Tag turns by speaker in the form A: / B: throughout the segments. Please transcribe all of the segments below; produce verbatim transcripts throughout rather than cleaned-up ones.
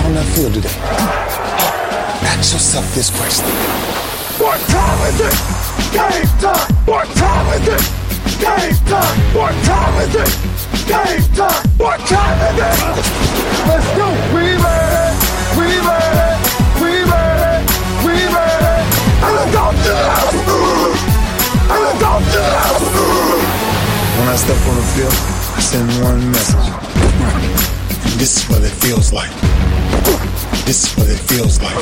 A: on that field today? Ask yourself this question. What time is it? Game time! What time is it? Game time! What time is it? Game time! What time is it? Let's go! We made it! We made it! We made it! We made it! And let's go to the house! And let's go to the house! When I step on the field, I send one message. This is what it feels like. This is what it feels like.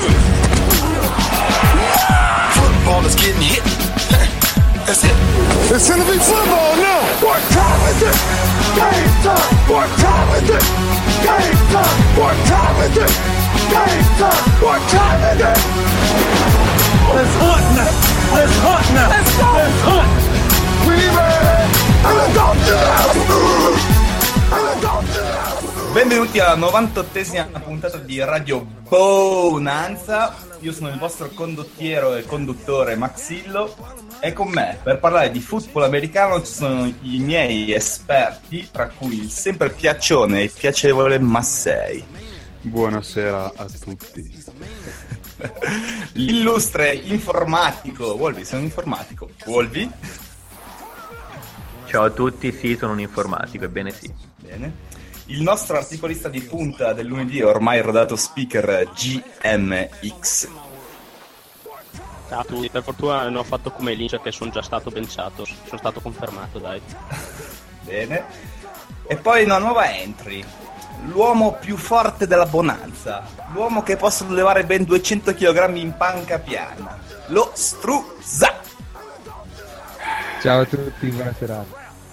A: Football is getting hit. That's it. It's gonna be football now. What time is it? Game time. What time is it? Game time. What time is it? Game time. What time is it? Let's hunt now. Let's hunt now. Let's go. Let's hunt. We made it. And let's go to the house. And let's go to the house.
B: Benvenuti alla novantottesima puntata di Radio Bonanza. Io sono il vostro condottiero e conduttore Maxillo e con me per parlare di football americano ci sono i miei esperti, tra cui il sempre piaccione e piacevole Massei.
C: Buonasera a tutti.
B: L'illustre informatico Wolvi, sei un informatico? Wolvi?
D: Ciao a tutti, sì, sono un informatico, ebbene sì.
B: Bene. Il nostro articolista di punta del lunedì, ormai rodato speaker G M X.
E: Ciao a tutti, per fortuna non ho fatto come Lynch che sono già stato benciato, sono stato confermato, dai.
B: Bene. E poi una nuova entry, l'uomo più forte della Bonanza, l'uomo che possa levare ben duecento chilogrammi in panca piana, lo Struzza.
F: Ciao a tutti, buona serata.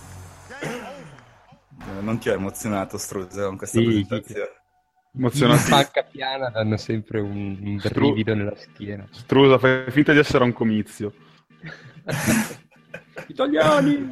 B: Non ti ho emozionato, Struzza, con questa
F: sì,
B: presentazione?
C: Emozionato.
F: In panca piana danno sempre un, un brivido Stru- nella schiena.
C: Strusa, fai finta di essere a un comizio.
F: Italiani!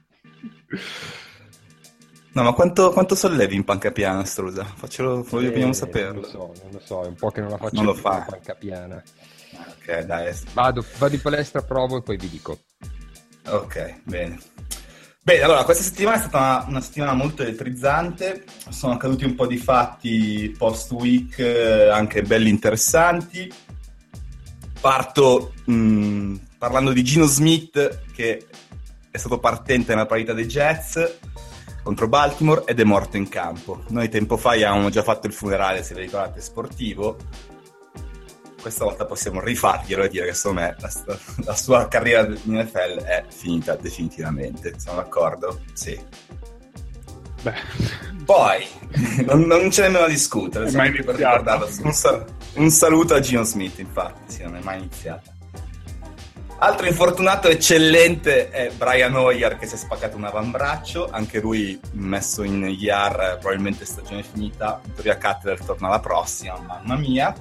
B: No, ma quanto, quanto sollevi in panca piana, Strusa? Faccelo, vogliamo
F: eh,
B: saperlo.
F: Non lo so, non lo so, è un po' che non la faccio
B: non lo
F: in
B: fa.
F: panca piana.
B: Ok, dai.
F: Vado, vado in palestra, provo e poi vi dico.
B: Ok, bene. Bene, allora, questa settimana è stata una, una settimana molto elettrizzante, sono accaduti un po' di fatti post-week eh, anche belli interessanti. Parto mh, parlando di Geno Smith, che è stato partente nella partita dei Jets contro Baltimore ed è morto in campo. Noi tempo fa avevamo già fatto il funerale, se vi ricordate, sportivo. Questa volta possiamo rifarglielo e dire che secondo me la, la sua carriera in N F L è finita definitivamente. Siamo d'accordo? Sì.
C: Beh.
B: Poi, non, non c'è nemmeno da discutere.
C: È mai
B: per
C: iniziata.
B: Un, sal- un saluto a Geno Smith, infatti. Sì, non è mai iniziata. Altro infortunato eccellente è Brian Hoyer, che si è spaccato un avambraccio. Anche lui messo in I R, probabilmente stagione finita. Vittoria Cutler torna alla prossima, mamma mia.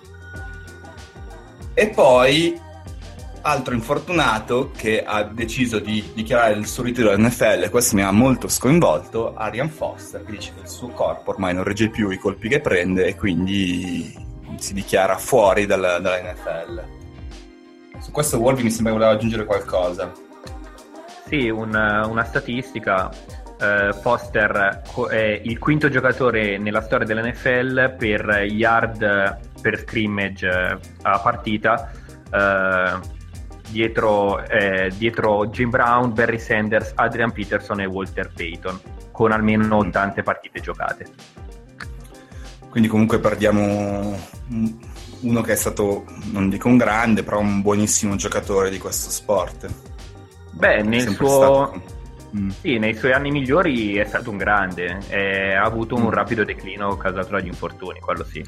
B: E poi, altro infortunato che ha deciso di dichiarare il suo ritiro dall'N F L, questo mi ha molto sconvolto, Arian Foster, che dice che il suo corpo ormai non regge più i colpi che prende e quindi si dichiara fuori dalla, dalla N F L. Su questo Wolvi mi sembra che voleva aggiungere qualcosa.
D: Sì, una, una statistica. Uh, Foster è il quinto giocatore nella storia dell'N F L per yard per scrimmage uh, a partita, uh, dietro, eh, dietro Jim Brown, Barry Sanders, Adrian Peterson e Walter Payton, con almeno ottanta partite giocate.
B: Quindi comunque perdiamo uno che è stato, non dico un grande, però un buonissimo giocatore di questo sport.
D: Beh, nel
B: Sempre
D: suo...
B: stato...
D: Sì, nei suoi anni migliori è stato un grande, è, ha avuto un
B: mm.
D: rapido declino causato dagli infortuni, quello sì.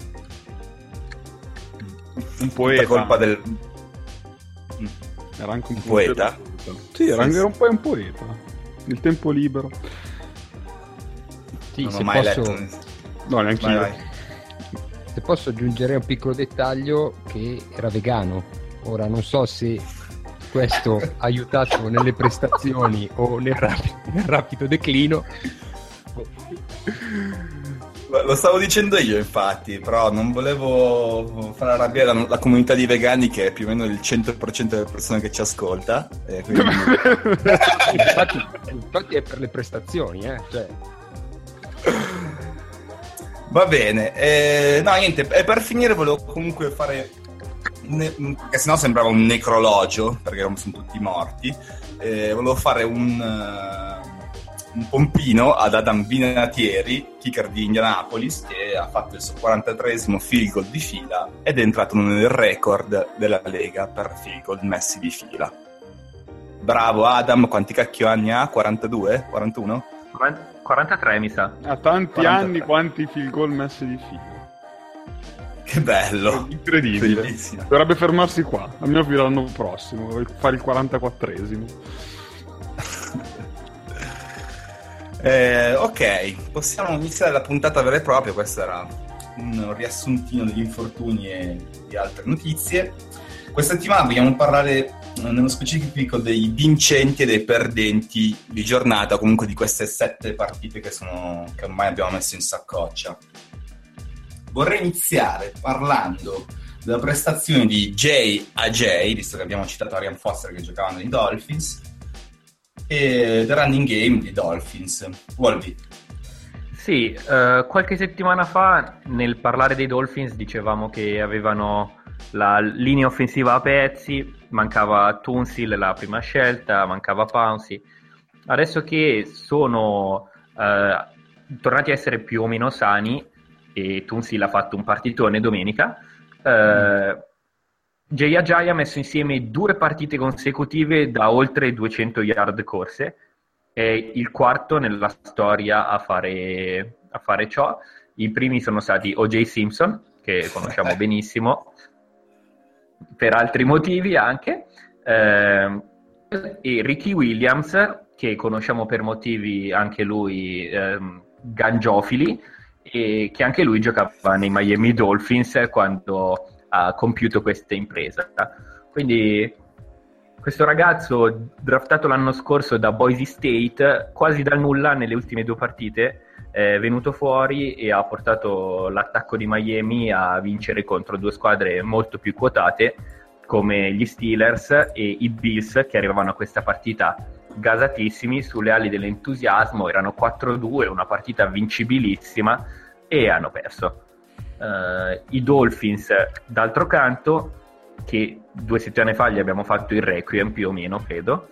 C: Un poeta.
B: Per colpa del...
C: Era anche un,
B: un poeta?
C: poeta. Sì, era,
B: sì,
C: era un po' un poeta. Il tempo libero.
F: Sì,
B: non
F: se
B: ho mai
F: posso...
B: letto.
C: No, neanche
B: vai,
C: io.
B: vai.
F: Se posso aggiungere un piccolo dettaglio, che era vegano. Ora non so se questo ha aiutato nelle prestazioni o nel rapido, nel rapido declino.
B: Lo stavo dicendo io, infatti, però non volevo far arrabbiare la, la comunità di vegani, che è più o meno il cento per cento delle persone che ci ascolta. E quindi...
F: infatti, infatti è per le prestazioni, eh? Cioè...
B: Va bene, eh, no niente, e per finire volevo comunque fare, ne- perché sennò sembrava un necrologio, perché sono tutti morti, eh, volevo fare un, uh, un pompino ad Adam Vinatieri, kicker di Indianapolis, che ha fatto il suo quarantatreesimo field goal di fila ed è entrato nel record della Lega per field goal messi di fila. Bravo Adam, quanti cacchio anni ha? quarantadue? quarantuno?
D: quarantatré mi sa.
C: Ha tanti
B: quarantatré.
C: anni quanti field goal messi di fila.
B: Che bello!
C: Incredibile.
B: Bellissimo.
C: Dovrebbe fermarsi qua, almeno fino all'anno prossimo, fare il quarantaquattresimo.
B: eh, ok, possiamo iniziare la puntata vera e propria. Questo era un riassuntino degli infortuni e di altre notizie. Questa settimana vogliamo parlare nello specifico dei vincenti e dei perdenti di giornata, o comunque di queste sette partite che, sono, che ormai abbiamo messo in saccoccia. Vorrei iniziare parlando della prestazione di Jay Ajay, visto che abbiamo citato Arian Foster che giocava nei Dolphins, e del running game dei Dolphins. Wolvi.
D: Sì, eh, qualche settimana fa nel parlare dei Dolphins dicevamo che avevano la linea offensiva a pezzi, mancava Tunsil la prima scelta, mancava Pouncey. Adesso che sono eh, tornati a essere più o meno sani e Tunsil ha fatto un partitone domenica, eh, Jay Ajay ha messo insieme due partite consecutive da oltre duecento yard corse, è il quarto nella storia a fare, a fare ciò. I primi sono stati O J Simpson, che conosciamo benissimo per altri motivi anche, eh, e Ricky Williams, che conosciamo per motivi anche lui eh, gangiofili, e che anche lui giocava nei Miami Dolphins quando ha compiuto questa impresa. Quindi questo ragazzo, draftato l'anno scorso da Boise State, quasi dal nulla nelle ultime due partite è venuto fuori e ha portato l'attacco di Miami a vincere contro due squadre molto più quotate come gli Steelers e i Bills, che arrivavano a questa partita gasatissimi sulle ali dell'entusiasmo. Erano quattro a due, una partita vincibilissima, e hanno perso. Uh, i Dolphins, d'altro canto, che due settimane fa gli abbiamo fatto il requiem più o meno, credo,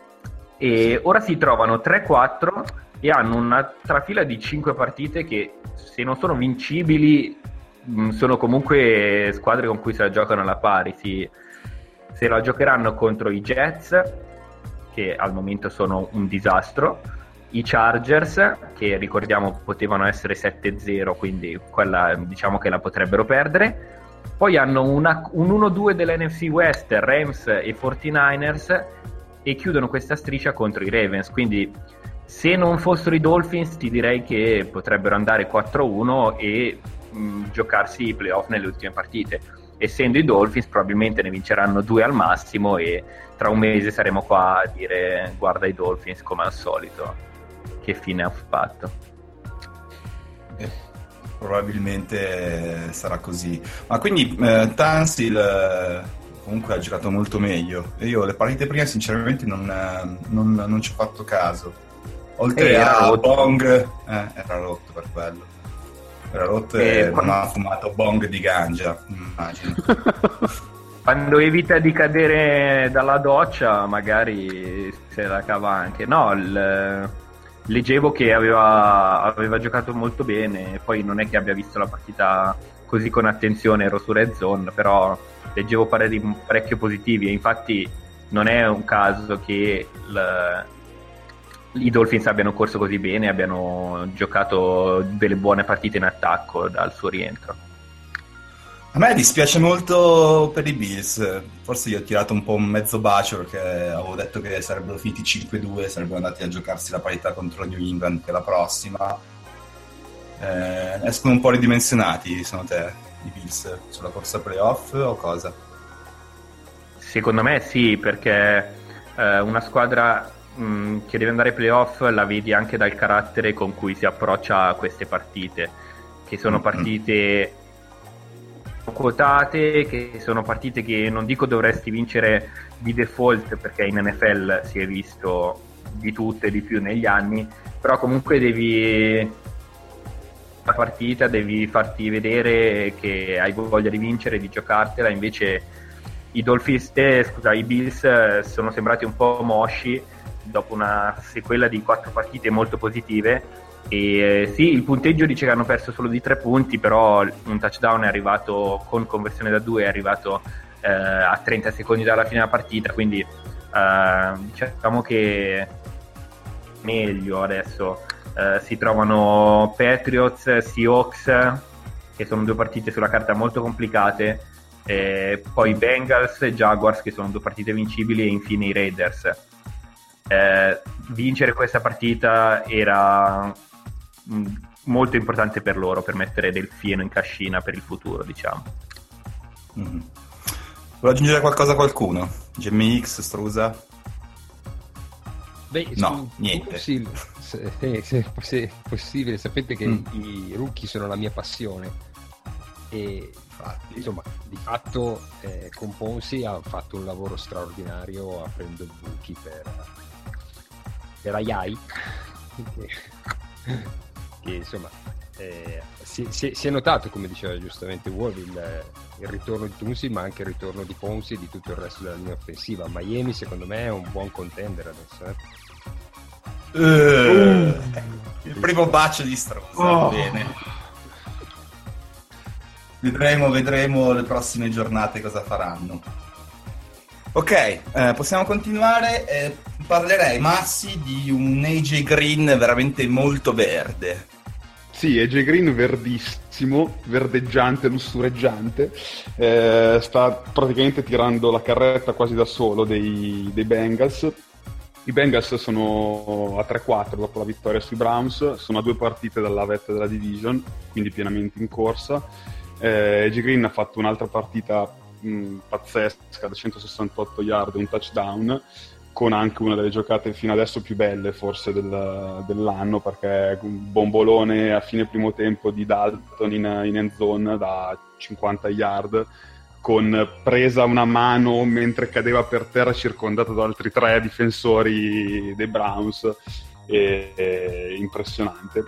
D: e ora si trovano tre quattro e hanno una trafila di cinque partite che, se non sono vincibili, mh, sono comunque squadre con cui se la giocano alla pari. Si, se la giocheranno contro i Jets, che al momento sono un disastro, i Chargers, che ricordiamo potevano essere sette a zero, quindi quella diciamo che la potrebbero perdere. Poi hanno una, un uno due dell'N F C West, Rams e quarantanovers, e chiudono questa striscia contro i Ravens. Quindi se non fossero i Dolphins ti direi che potrebbero andare quattro a uno e mh, giocarsi i playoff nelle ultime partite. Essendo i Dolphins probabilmente ne vinceranno due al massimo e tra un mese saremo qua a dire guarda i Dolphins come al solito, che fine ha fatto.
B: Eh, probabilmente sarà così. Ma quindi eh, Tunsil eh, comunque ha giocato molto meglio. E io le partite prima sinceramente non, eh, non, non ci ho fatto caso. Oltre
D: eh,
B: a
D: rotto.
B: Bong, eh, era rotto per quello. Era rotto e,
D: e
B: non
D: quando...
B: ha fumato Bong di ganja, immagino.
D: Quando evita di cadere dalla doccia magari se la cava anche. No, il... leggevo che aveva, aveva giocato molto bene, poi non è che abbia visto la partita così con attenzione, ero su Red Zone, però leggevo pareri parecchio positivi, e infatti non è un caso che il, i Dolphins abbiano corso così bene, abbiano giocato delle buone partite in attacco dal suo rientro.
B: A me dispiace molto per i Bills, forse gli ho tirato un po' un mezzo bacio perché avevo detto che sarebbero finiti cinque a due, sarebbero andati a giocarsi la parità contro New England, che è la prossima. Eh, escono un po' ridimensionati, secondo te, i Bills sulla corsa playoff o cosa?
D: Secondo me sì, perché eh, una squadra mh, che deve andare ai playoff la vedi anche dal carattere con cui si approccia a queste partite, che sono partite quotate, che sono partite che non dico dovresti vincere di default, perché in N F L si è visto di tutto e di più negli anni, però comunque devi la partita, devi farti vedere che hai voglia di vincere, di giocartela. Invece i Dolphins, eh, scusa, i Bills eh, sono sembrati un po' mosci dopo una sequela di quattro partite molto positive. E eh, sì, il punteggio dice che hanno perso solo di tre punti, però un touchdown è arrivato con conversione da due, è arrivato eh, a trenta secondi dalla fine della partita, quindi eh, diciamo che meglio adesso. Eh, si trovano Patriots, Seahawks, che sono due partite sulla carta molto complicate, eh, poi Bengals e Jaguars, che sono due partite vincibili, e infine i Raiders. Eh, vincere questa partita era mh, molto importante per loro, per mettere del fieno in cascina per il futuro, diciamo.
B: Mm-hmm. Vuole aggiungere qualcosa a qualcuno? Jamie X, Strusa?
F: Beh,
B: no,
F: su,
B: niente.
F: Sì, se, se, se, se possibile, sapete che
B: mm.
F: i rookie sono la mia passione. E infatti, insomma, di fatto eh, con Ponzi ha fatto un lavoro straordinario aprendo buchi per per Ayai che insomma eh, si, si, si è notato, come diceva giustamente Wall, il, il ritorno di Tunsi, ma anche il ritorno di Ponzi e di tutto il resto della linea offensiva. Miami secondo me è un buon contender adesso, eh.
B: uh, il primo bacio di Strozza.
C: Oh.
B: Bene, vedremo vedremo le prossime giornate cosa faranno. Ok, eh, possiamo continuare. Eh, parlerei, Massi, di un A J Green veramente molto verde.
C: Sì, A J Green verdissimo, verdeggiante, lussureggiante, eh, sta praticamente tirando la carretta quasi da solo dei, dei Bengals. I Bengals sono a tre quattro dopo la vittoria sui Browns, sono a due partite dalla vetta della division, quindi pienamente in corsa. Eh, A J Green ha fatto un'altra partita mh, pazzesca da centosessantotto yard e un touchdown, con anche una delle giocate fino adesso più belle forse del, dell'anno, perché un bombolone a fine primo tempo di Dalton in, in end zone da cinquanta yard, con presa una mano mentre cadeva per terra circondato da altri tre difensori dei Browns, e, e, impressionante.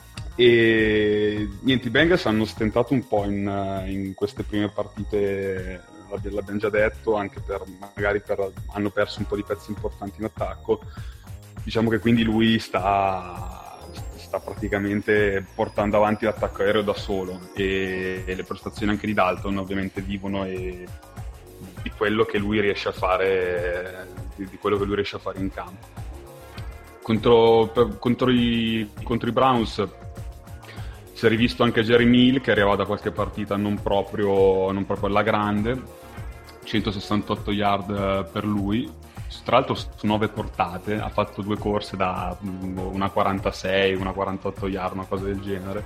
C: E niente, i Bengals hanno stentato un po' in, in queste prime partite, l'abbiamo già detto, anche per magari per, hanno perso un po' di pezzi importanti in attacco. Diciamo che quindi lui sta, sta praticamente portando avanti l'attacco aereo da solo, e, e le prestazioni anche di Dalton ovviamente vivono e, di quello che lui riesce a fare, di, di quello che lui riesce a fare in campo. Contro, per, contro, i, contro i Browns si è rivisto anche Jeremy Hill, che arrivava da qualche partita non proprio, non proprio alla grande, centosessantotto yard per lui, tra l'altro su nove portate, ha fatto due corse da una quarantasei, una quarantotto yard, una cosa del genere.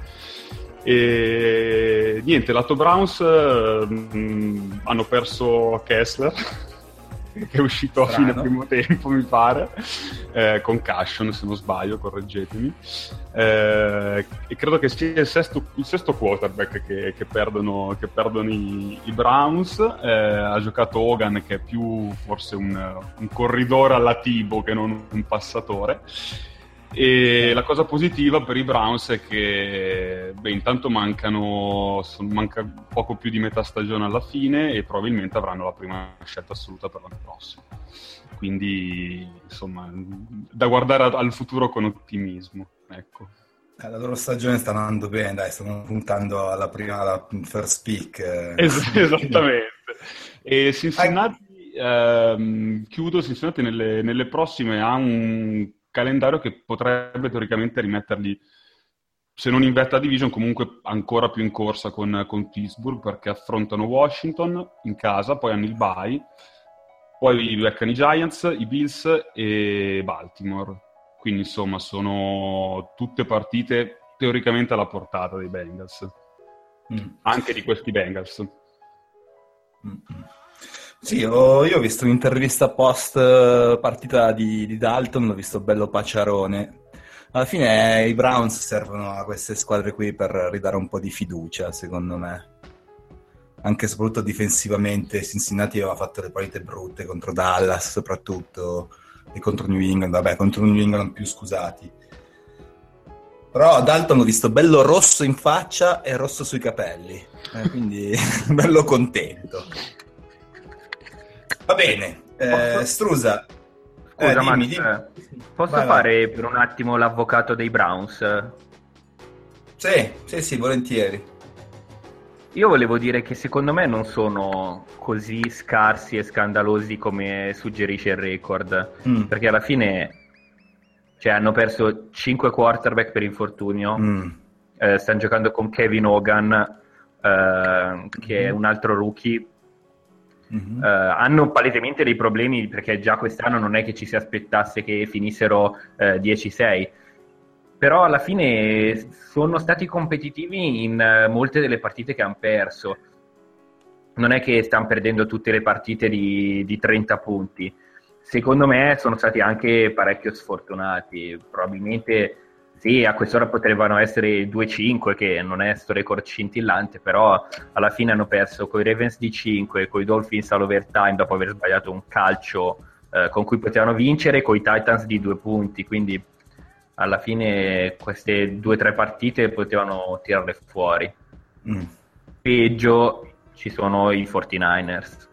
C: E niente, lato Browns mh, hanno perso Kessler, che è uscito a fine primo tempo, mi pare, eh, con caution, se non sbaglio, correggetemi, eh, e credo che sia il sesto, il sesto quarterback che, che perdono, che perdono i, i Browns. Eh, ha giocato Hogan, che è più forse un, un corridore alla Tibo che non un passatore. E la cosa positiva per i Browns è che beh, intanto mancano son, manca poco più di metà stagione alla fine, e probabilmente avranno la prima scelta assoluta per l'anno prossimo, quindi insomma da guardare al futuro con ottimismo, ecco.
B: Eh, la loro stagione sta andando bene, dai, stanno puntando alla prima, alla first pick, eh.
C: Es- esattamente. E Cincinnati, ehm, chiudo Cincinnati nelle, nelle prossime, ha un calendario che potrebbe teoricamente rimetterli, se non in vetta division, comunque ancora più in corsa con, con Pittsburgh, perché affrontano Washington in casa, poi hanno il bye, poi beccano i Giants, i Bills e Baltimore. Quindi insomma sono tutte partite teoricamente alla portata dei Bengals, mm. anche di questi Bengals.
B: Mm-hmm. Sì, ho, io ho visto un'intervista post partita di, di Dalton, l'ho visto bello paciarone. Alla fine i Browns servono a queste squadre qui per ridare un po' di fiducia, secondo me. Anche e soprattutto difensivamente, Cincinnati aveva fatto le partite brutte contro Dallas soprattutto, e contro New England, vabbè, contro New England più scusati. Però Dalton l'ho visto bello rosso in faccia e rosso sui capelli, eh, quindi bello contento. Va bene, eh, Strusa.
D: Scusa,
B: eh, dimmi,
D: Max,
B: dimmi.
D: posso
B: Vai,
D: fare
B: vai.
D: per un attimo l'avvocato dei Browns?
B: Sì, sì, sì, volentieri.
D: Io volevo dire che secondo me non sono così scarsi e scandalosi come suggerisce il record,
B: Mm.
D: perché alla fine cioè, hanno perso cinque quarterback per infortunio,
B: Mm.
D: eh, stanno giocando con Kevin Hogan, eh, che è un altro rookie.
B: Mhm.
D: Eh, hanno palesemente dei problemi perché già quest'anno non è che ci si aspettasse che finissero eh, dieci sei, però alla fine sono stati competitivi in eh, molte delle partite che hanno perso. Non è che stanno perdendo tutte le partite di, di trenta punti. Secondo me sono stati anche parecchio sfortunati. Probabilmente sì, a quest'ora potrebbero essere due cinque, che non è sto record scintillante, però alla fine hanno perso coi Ravens di cinque, coi Dolphins all'overtime dopo aver sbagliato un calcio eh, con cui potevano vincere, coi Titans di due punti, quindi alla fine queste due o tre partite potevano tirarle fuori.
B: Mm.
D: Peggio ci sono i quarantanovers.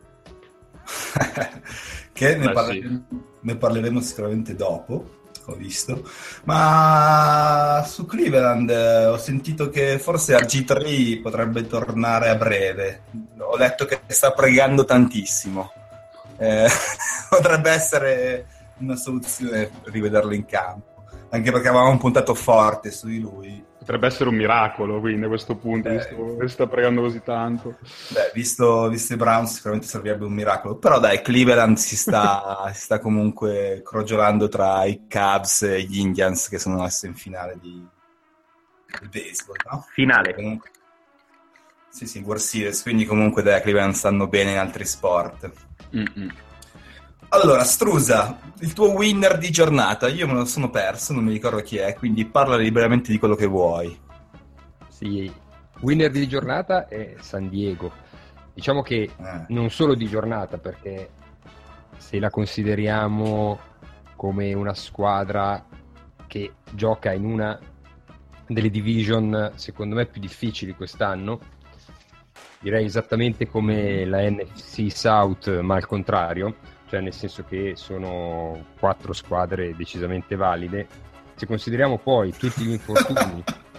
B: Che ne,
E: Beh,
B: parleremo, ne parleremo sicuramente dopo, ho visto. Ma su Cleveland eh, ho sentito che forse R G tre potrebbe tornare a breve. Ho letto che sta pregando tantissimo. Eh, potrebbe essere una soluzione rivederlo in campo, anche perché avevamo puntato forte su di lui.
C: Potrebbe essere un miracolo, quindi a questo punto,
B: Eh.
C: visto che sta pregando così tanto.
B: Beh, visto, visto i Browns sicuramente servirebbe un miracolo, però dai, Cleveland si sta, si sta comunque crogiolando tra i Cubs e gli Indians che sono adesso in finale di, di baseball, no?
D: Finale.
B: Comunque, sì, sì, World Series, quindi comunque dai, a Cleveland stanno bene in altri sport.
C: Mm-mm.
B: Allora, Strusa, il tuo winner di giornata, io me lo sono perso, non mi ricordo chi è, quindi parla liberamente di quello che vuoi.
F: Sì, winner di giornata è San Diego. Diciamo che
B: Eh.
F: non solo di giornata, perché se la consideriamo come una squadra che gioca in una delle division secondo me più difficili quest'anno, direi esattamente come la N F C South, ma al contrario, cioè nel senso che sono quattro squadre decisamente valide. Se consideriamo poi tutti gli infortuni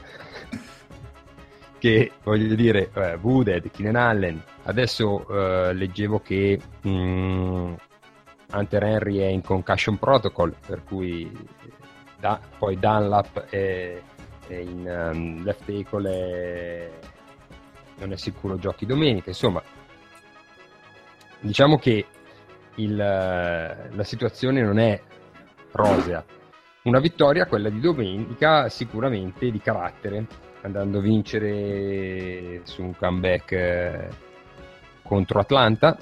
F: che, voglio dire, eh, Woodhead, Keenan Allen, adesso eh, leggevo che mh, Hunter Henry è in concussion protocol, per cui da, poi Dunlap è, è in um, left tackle, è, non è sicuro giochi domenica, insomma diciamo che il, la situazione non è rosea. Una vittoria, quella di domenica, sicuramente di carattere, andando a vincere su un comeback eh, contro Atlanta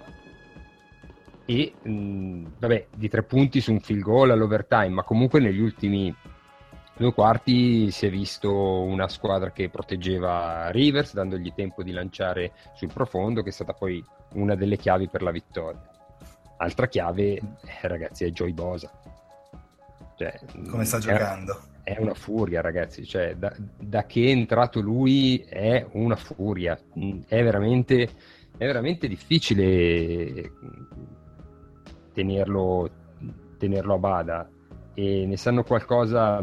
F: e mh, vabbè, di tre punti su un field goal all'overtime, ma comunque negli ultimi due quarti si è visto una squadra che proteggeva Rivers, dandogli tempo di lanciare sul profondo, che è stata poi una delle chiavi per la vittoria. Altra chiave, eh, ragazzi, è Joey Bosa. Cioè,
B: Come sta
F: è,
B: giocando?
F: È una furia, ragazzi. Cioè, da, da che è entrato lui è una furia. È veramente, è veramente difficile tenerlo, tenerlo a bada. E ne sanno qualcosa,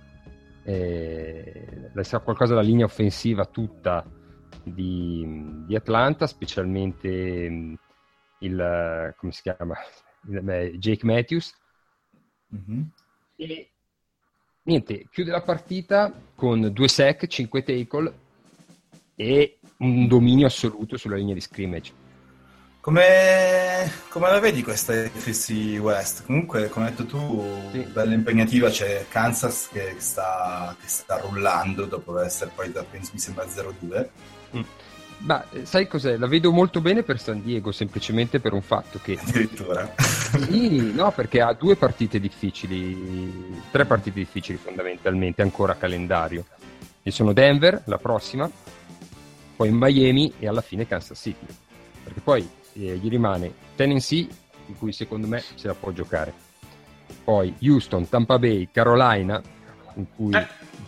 F: eh, ne sa qualcosa la linea offensiva tutta di, di Atlanta, specialmente il, come si chiama, il, beh, Jake Matthews.
B: Mm-hmm.
F: E niente, chiude la partita con due sack, cinque tackle e un dominio assoluto sulla linea di scrimmage.
B: Come, come la vedi questa F C West? Comunque, come hai detto tu,
F: Sì.
B: bella impegnativa, c'è Kansas che sta, che sta rullando dopo essere poi da, penso, mi sembra zero due.
F: Mm. Ma sai cos'è? La vedo molto bene per San Diego, semplicemente per un fatto che
B: Addirittura.
F: sì, no, perché ha due partite difficili, tre partite difficili fondamentalmente ancora a calendario. Ci sono Denver la prossima, poi Miami e alla fine Kansas City, perché poi eh, gli rimane Tennessee, in cui secondo me se la può giocare, poi Houston, Tampa Bay, Carolina, in cui
B: Eh.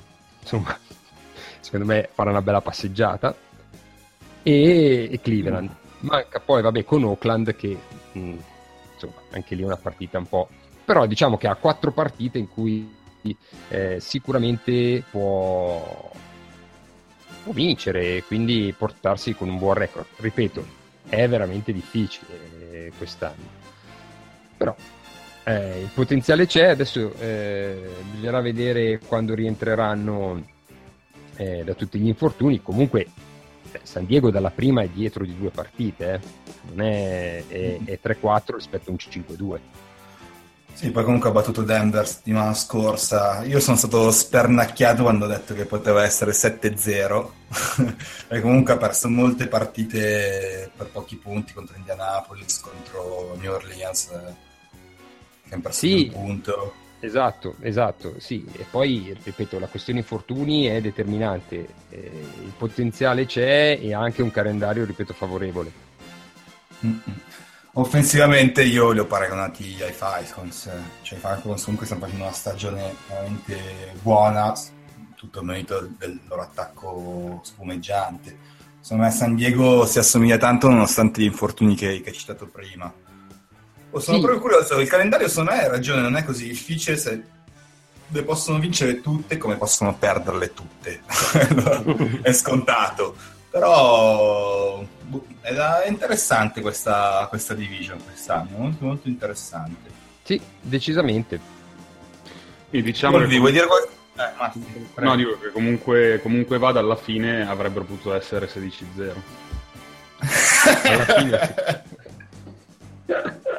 F: insomma, secondo me farà una bella passeggiata, e, e Cleveland. Manca poi, vabbè, con Oakland che, mh, insomma, anche lì è una partita un po'... Però diciamo che ha quattro partite in cui eh, sicuramente può, può vincere e quindi portarsi con un buon record. Ripeto, è veramente difficile eh, quest'anno. Però eh, il potenziale c'è, adesso eh, bisognerà vedere quando rientreranno eh, da tutti gli infortuni. Comunque San Diego dalla prima è dietro di due partite, eh. Non è, è, è tre quattro rispetto a un cinque due.
B: Sì, poi comunque ha battuto Denver settimana scorsa. Io sono stato spernacchiato quando ho detto che poteva essere sette zero e comunque ha perso molte partite per pochi punti contro Indianapolis, contro New Orleans, che hanno perso
F: sì,
B: un punto.
F: Esatto, esatto, sì. E poi, ripeto, la questione infortuni è determinante, eh, il potenziale c'è e anche un calendario, ripeto, favorevole.
B: Mm-mm. Offensivamente io li ho paragonati ai Falcons, cioè i Falcons comunque stanno facendo una stagione veramente buona, tutto il merito del loro attacco spumeggiante. Secondo me San Diego si assomiglia tanto nonostante gli infortuni che, che hai citato prima. Oh, sono sì. proprio curioso, il calendario secondo me hai ragione, non è così difficile, se le possono vincere tutte come possono perderle tutte, è scontato. Però è interessante questa, questa division quest'anno, molto molto interessante.
F: Sì, decisamente.
C: E diciamo
B: Volvi,
C: che
B: vuoi dire qualcosa? Eh, Matti,
C: no, dico che comunque, comunque vada, alla fine avrebbero potuto essere sedici zero.
F: Alla fine sì.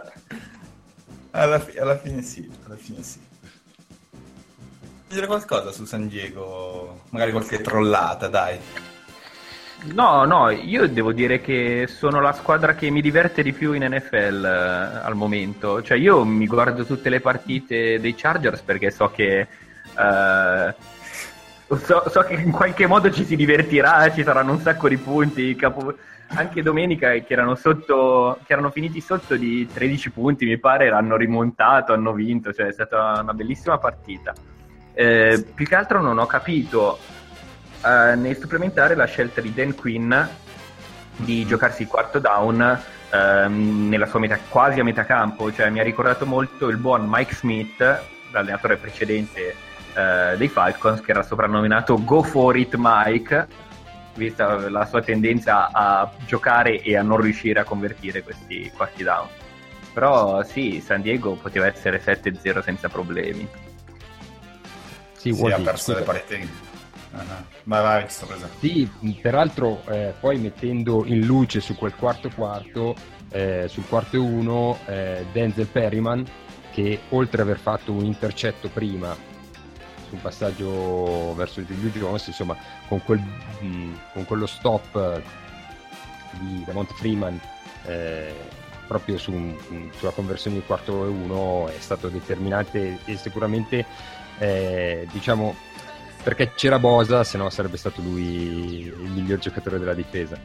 B: alla, fi- alla fine sì, alla fine sì. Vuoi dire qualcosa su San Diego? Magari qualche trollata, dai.
D: No, no, io devo dire che sono la squadra che mi diverte di più in N F L eh, al momento. Cioè io mi guardo tutte le partite dei Chargers perché so che eh, so, so che in qualche modo ci si divertirà, ci saranno un sacco di punti. Capo... Anche domenica che erano sotto, che erano finiti sotto di tredici punti, mi pare, hanno rimontato, hanno vinto. Cioè è stata una bellissima partita. Eh, più che altro non ho capito Uh, nel supplementare la scelta di Dan Quinn di giocarsi il quarto down uh, nella sua metà, quasi a metà campo, cioè mi ha ricordato molto il buon Mike Smith, l'allenatore precedente uh, dei Falcons, che era soprannominato Go For It Mike, vista la sua tendenza a giocare e a non riuscire a convertire questi quarti down. Però sì, San Diego poteva essere sette zero senza problemi.
F: Sì,
B: sì ha perso le partite. Uh-huh. Vai, vai, sto preso.
F: Sì, peraltro eh, poi mettendo in luce su quel quarto quarto, eh, sul quarto e uno, eh, Denzel Perryman, che oltre ad aver fatto un intercetto prima sul passaggio verso Julio Jones, insomma, con, quel, mh, con quello stop di Devonta Freeman eh, proprio su un, sulla conversione di quarto e uno è stato determinante e sicuramente eh, diciamo perché c'era Bosa, se no sarebbe stato lui il miglior giocatore della difesa.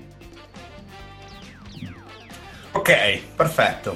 B: Ok, perfetto.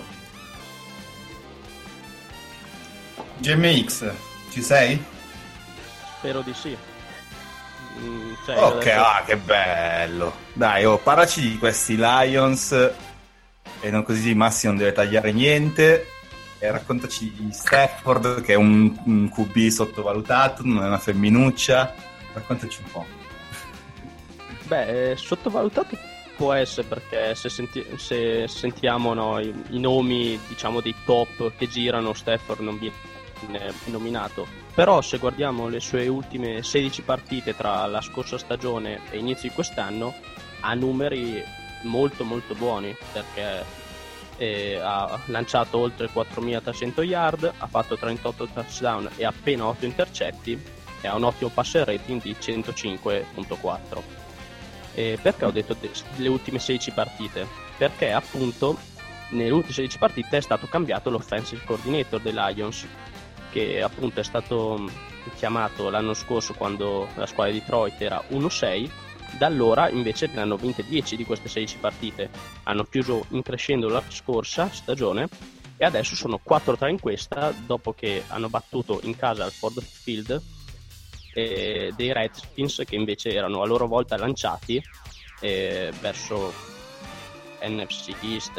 B: G M X, ci sei?
E: Spero di sì. Mm, cioè,
B: ok,
E: adesso...
B: ah, che bello. Dai, oh, parlaci di questi Lions e non così Massi non deve tagliare niente. E raccontaci di Stafford, che è un, un Q B sottovalutato, non è una femminuccia. Raccontaci un po'.
E: Beh, eh, sottovalutato può essere, perché se, senti- se sentiamo no, i-, i nomi, diciamo, dei top che girano, Stafford non viene nominato. Però se guardiamo le sue ultime sedici partite tra la scorsa stagione e inizio di quest'anno, ha numeri molto molto buoni, perché E ha lanciato oltre quattromilatrecento yard, ha fatto trentotto touchdown e appena otto intercetti e ha un ottimo passer rating di centocinque virgola quattro. E perché ho detto le ultime sedici partite? Perché appunto nelle ultime sedici partite è stato cambiato l'offensive coordinator dei Lions, che appunto è stato chiamato l'anno scorso quando la squadra di Detroit era uno sei. Da allora invece ne hanno vinte dieci di queste sedici partite, hanno chiuso in crescendo la scorsa stagione e adesso sono quattro tre in questa, dopo che hanno battuto in casa al Ford Field e dei Redskins, che invece erano a loro volta lanciati eh, verso N F C East.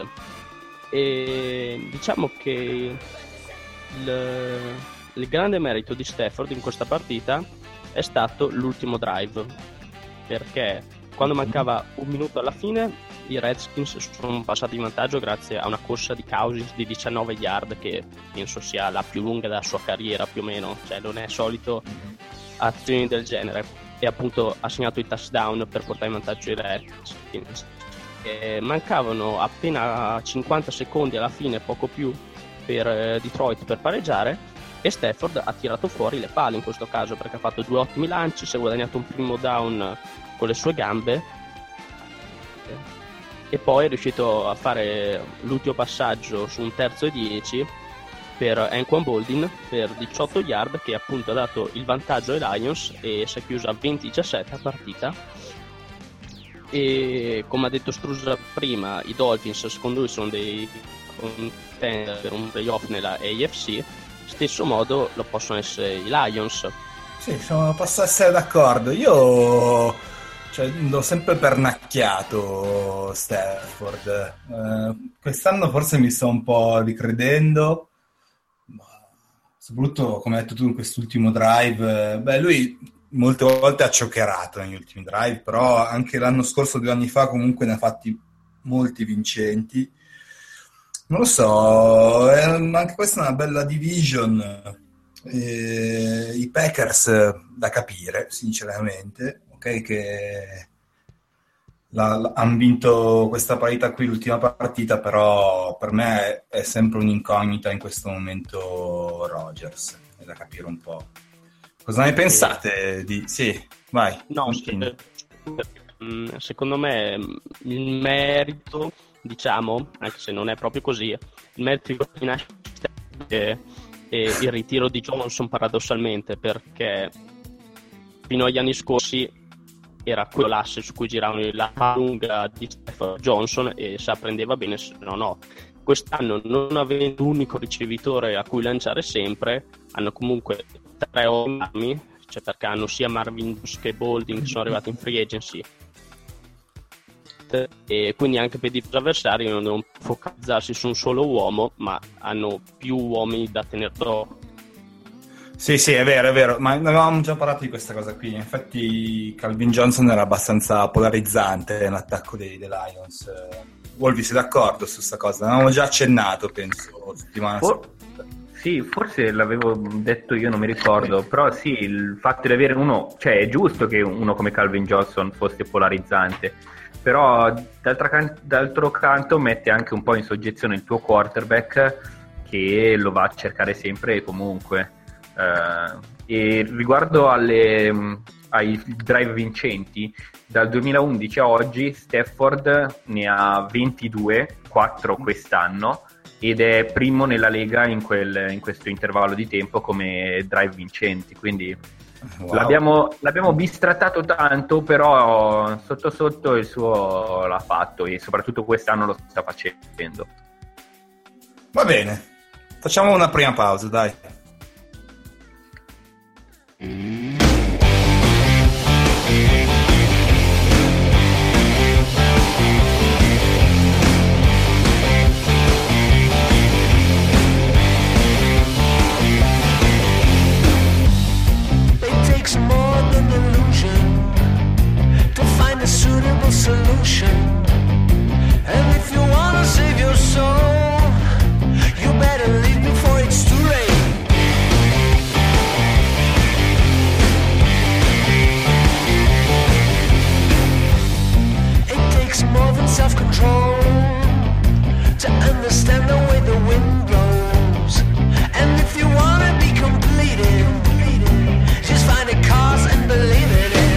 E: E diciamo che il, il grande merito di Stafford in questa partita è stato l'ultimo drive, perché quando mancava un minuto alla fine i Redskins sono passati in vantaggio grazie a una corsa di Cousins di diciannove yard, che penso sia la più lunga della sua carriera più o meno, cioè non è solito azioni del genere, e appunto ha segnato il touchdown per portare in vantaggio i Redskins. E mancavano appena cinquanta secondi alla fine, poco più, per eh, Detroit per pareggiare, e Stafford ha tirato fuori le palle in questo caso, perché ha fatto due ottimi lanci, si è guadagnato un primo down con le sue gambe e poi è riuscito a fare l'ultimo passaggio su un terzo e dieci per Anquan Boldin per diciotto yard, che appunto ha dato il vantaggio ai Lions e si è chiusa venti diciassette a partita. E come ha detto Strusa prima, i Dolphins secondo lui sono dei contender per un playoff nella A F C, stesso modo lo possono essere i Lions.
B: Sì, sono, posso essere d'accordo. Io cioè, l'ho sempre pernacchiato Stafford. Eh, quest'anno forse mi sto un po' ricredendo, soprattutto come hai detto tu in quest'ultimo drive. Beh, lui molte volte ha cioccherato negli ultimi drive, però anche l'anno scorso, due anni fa, comunque ne ha fatti molti vincenti. Non lo so, è, anche questa è una bella division. Eh, i Packers da capire, sinceramente, ok, che hanno vinto questa partita qui, l'ultima partita, però per me è sempre un'incognita in questo momento Rodgers, è da capire un po'. Cosa ne pensate di... Sì, vai.
E: No, secondo me il merito, diciamo, anche se non è proprio così, il merito di nascita è, è il ritiro di Johnson, paradossalmente, perché fino agli anni scorsi era quello l'asse su cui giravano la lunga di Stafford Johnson e se apprendeva bene, se no no. Quest'anno, non avendo un unico ricevitore a cui lanciare sempre, hanno comunque tre armi, cioè perché hanno sia Marvin Jones che Bolding che sono arrivati in free agency, e quindi anche per i avversari non devono focalizzarsi su un solo uomo, ma hanno più uomini da tenere d'occhio.
B: Sì, sì, è vero, è vero, ma ne avevamo già parlato di questa cosa qui. Infatti Calvin Johnson era abbastanza polarizzante nell'attacco dei, dei Lions. Wolvi, sei d'accordo su questa cosa? Ne avevamo già accennato, penso, settimana
D: For- Sì, forse l'avevo detto io, non mi ricordo, però sì, il fatto di avere uno, cioè è giusto che uno come Calvin Johnson fosse polarizzante, però d'altra can- d'altro canto mette anche un po' in soggezione il tuo quarterback, che lo va a cercare sempre e comunque. Uh, e riguardo alle, ai drive vincenti, dal duemilaundici a oggi Stafford ne ha ventidue, quattro quest'anno, ed è primo nella Lega in, quel, in questo intervallo di tempo come drive vincenti, quindi wow. l'abbiamo, l'abbiamo bistrattato tanto, però sotto sotto il suo l'ha fatto e soprattutto quest'anno lo sta facendo.
B: Va bene, facciamo una prima pausa, dai.
A: Suitable solution, and if you wanna save your soul, you better leave before it's too late. It takes more than self-control to understand the way the wind blows, and if you wanna be completed, just find a cause and believe it in.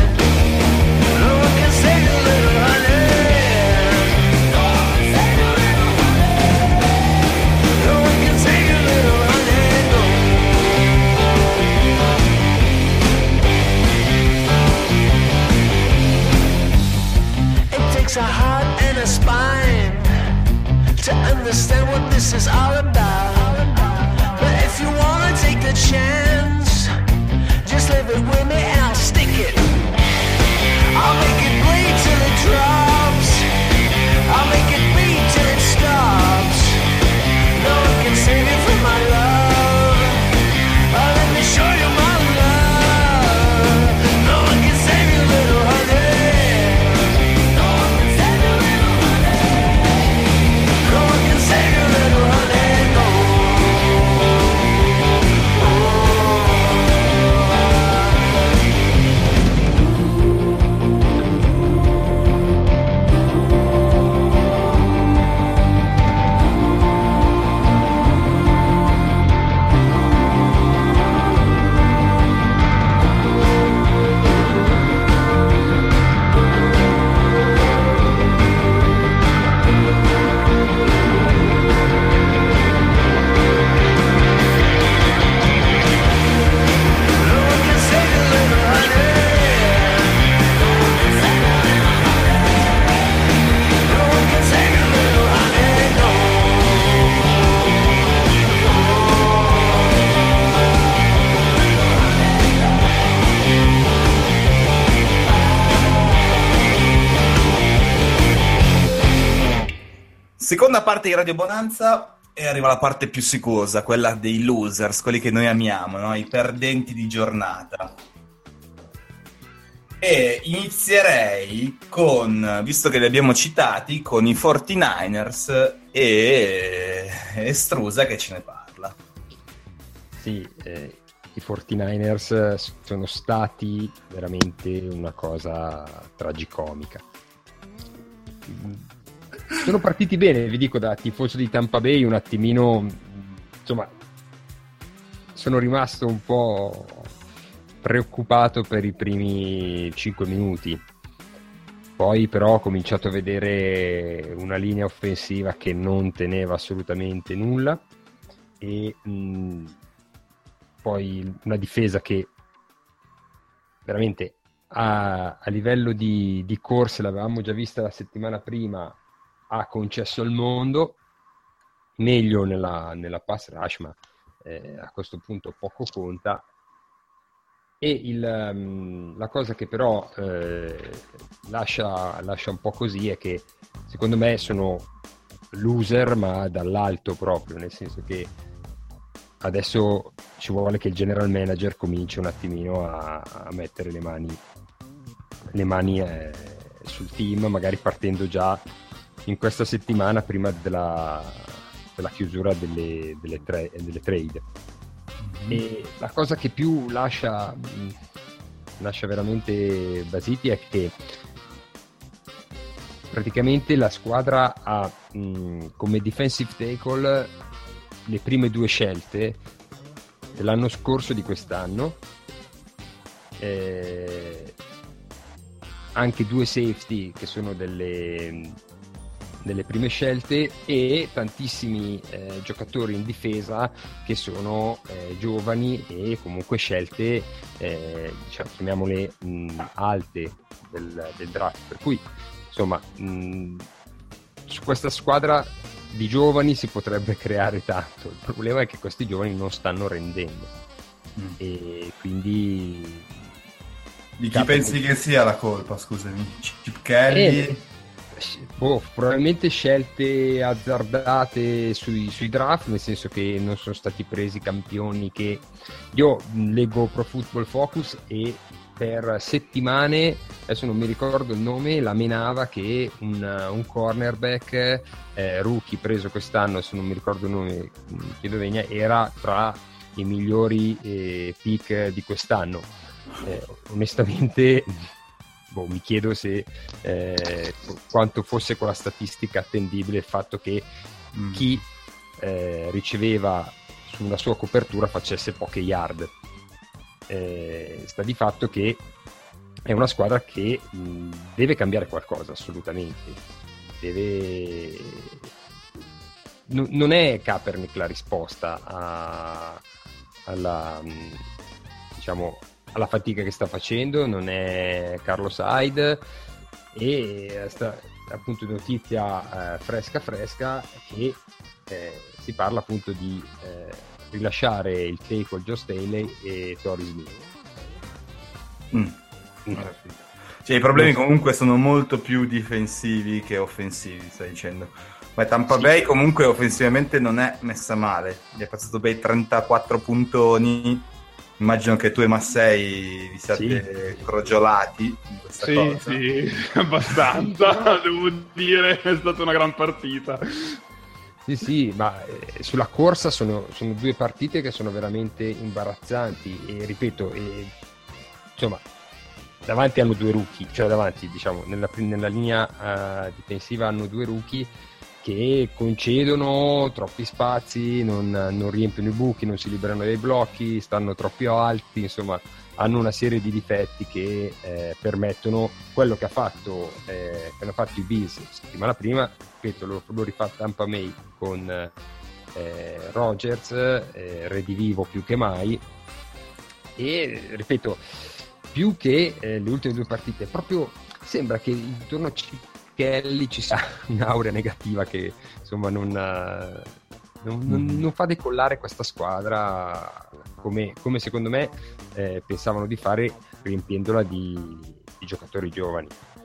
A: A heart and a spine to understand what this is all about. But if you wanna take the chance, just
G: save it with me and I'll stick it. I'll make it bleed till it drops. I'll make it beat till it stops. No one can save you from my love. Oh, let me show you my love. No one can save you, little honey. No one can save you, little honey. No one can save you, little honey. No.
B: Seconda parte di Radio Bonanza e arriva la parte più sicosa, quella dei losers, quelli che noi amiamo, no? I perdenti di giornata. E inizierei con, visto che li abbiamo citati, con i quarantanovers e Estrusa che ce ne parla.
F: Sì, eh, i quarantanovers sono stati veramente una cosa tragicomica. Sono partiti bene, vi dico, da tifoso di Tampa Bay, un attimino, insomma, sono rimasto un po' preoccupato per i primi cinque minuti. Poi però ho cominciato a vedere una linea offensiva che non teneva assolutamente nulla e mh, poi una difesa che veramente a, a livello di, di corse, l'avevamo già vista la settimana prima, ha concesso al mondo, meglio nella, nella pass rush, ma eh, a questo punto poco conta. E il, um, la cosa che però eh, lascia, lascia un po' così è che secondo me sono loser, ma dall'alto proprio, nel senso che adesso ci vuole che il general manager cominci un attimino a, a mettere le mani, le mani eh, sul team, magari partendo già in questa settimana prima della, della chiusura delle, delle, tra- delle trade. Mm-hmm. E la cosa che più lascia lascia veramente basiti è che praticamente la squadra ha mh, come defensive tackle le prime due scelte dell'anno scorso e di quest'anno, eh, anche due safety che sono delle delle prime scelte e tantissimi eh, giocatori in difesa che sono eh, giovani e comunque scelte eh, diciamo, chiamiamole mh, alte del, del draft, per cui insomma mh, su questa squadra di giovani si potrebbe creare tanto. Il problema è che questi giovani non stanno rendendo mm. e quindi
B: di chi pensi che sia la colpa, scusami? Chip Kelly?
F: Eh, Boh, probabilmente scelte azzardate sui, sui draft, nel senso che non sono stati presi campioni che io leggo Pro Football Focus e per settimane, adesso non mi ricordo il nome, la menava che un, un cornerback eh, rookie preso quest'anno, se non mi ricordo il nome, chiedo vegna, era tra i migliori eh, pick di quest'anno. Eh, onestamente boh, mi chiedo se eh, quanto fosse quella statistica attendibile il fatto che mm. chi eh, riceveva su una sua copertura facesse poche yard. Eh, sta di fatto che è una squadra che mh, deve cambiare qualcosa assolutamente. Deve N- non è Kaepernick la risposta a, alla mh, diciamo alla fatica che sta facendo, non è Carlos Hyde, e sta appunto notizia eh, fresca fresca che eh, si parla appunto di eh, rilasciare il tackle Joe Staley e Torrey Smith.
B: Mm. Mm. Cioè, i problemi comunque sono molto più difensivi che offensivi, stai dicendo. Ma Tampa sì. Bay comunque offensivamente non è messa male. Gli ha passato Bay trentaquattro puntoni. Immagino che tu e Massei vi siate sì. crogiolati in questa
C: sì,
B: cosa.
C: Sì, abbastanza, devo dire, è stata una gran partita.
F: Sì, sì, ma eh, sulla corsa sono, sono due partite che sono veramente imbarazzanti e ripeto, e, insomma, davanti hanno due rookie, cioè davanti, diciamo, nella, nella linea uh, difensiva hanno due rookie che concedono troppi spazi, non, non riempiono i buchi, non si liberano dai blocchi, stanno troppo alti, insomma hanno una serie di difetti che eh, permettono quello che ha fatto eh, che hanno fatto i Bills settimana prima, ripeto, lo, lo rifatto Tampa Bay con eh, Rodgers, eh, redivivo più che mai, e ripeto, più che eh, le ultime due partite, proprio sembra che intorno a Kelly ci sia un'aurea negativa che insomma non, non, non, non fa decollare questa squadra come, come secondo me eh, pensavano di fare, riempiendola di, di giocatori giovani.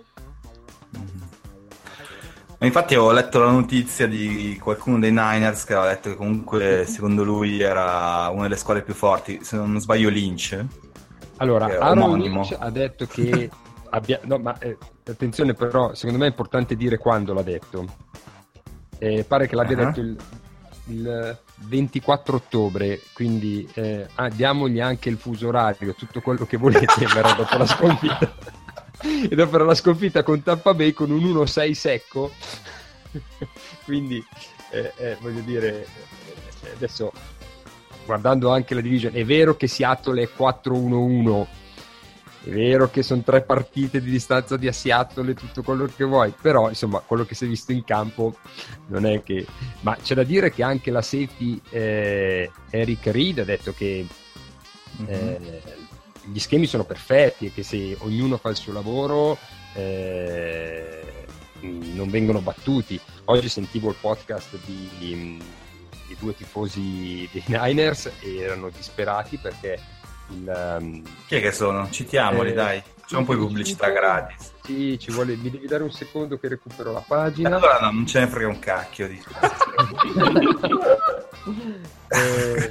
B: Infatti ho letto la notizia di qualcuno dei Niners che aveva detto che comunque secondo lui era una delle squadre più forti, se non sbaglio Lynch.
F: Allora, Aaron Lynch ha detto che abbia... no, ma eh, attenzione, però secondo me è importante dire quando l'ha detto. Eh, pare che l'abbia uh-huh. detto il, il ventiquattro ottobre, quindi eh, ah, diamogli anche il fuso orario, tutto quello che volete, verrà dopo la sconfitta. E dopo la sconfitta con Tampa Bay con un uno sei secco. Quindi eh, eh, voglio dire, adesso guardando anche la division, è vero che Seattle è quattro uno uno, è vero che sono tre partite di distanza di Seattle e tutto quello che vuoi, però insomma quello che si è visto in campo non è che... Ma c'è da dire che anche la safety eh, Eric Reed ha detto che eh, mm-hmm. gli schemi sono perfetti e che se ognuno fa il suo lavoro eh, non vengono battuti. Oggi sentivo il podcast di, di, di due tifosi dei Niners e erano disperati perché il, um,
B: chi è che sono? Citiamoli, eh, dai, c'è un po' di pubblicità gratis.
F: Sì, ci vuole, mi devi dare un secondo che recupero la pagina.
B: Allora no, non ce ne frega un cacchio di
F: eh,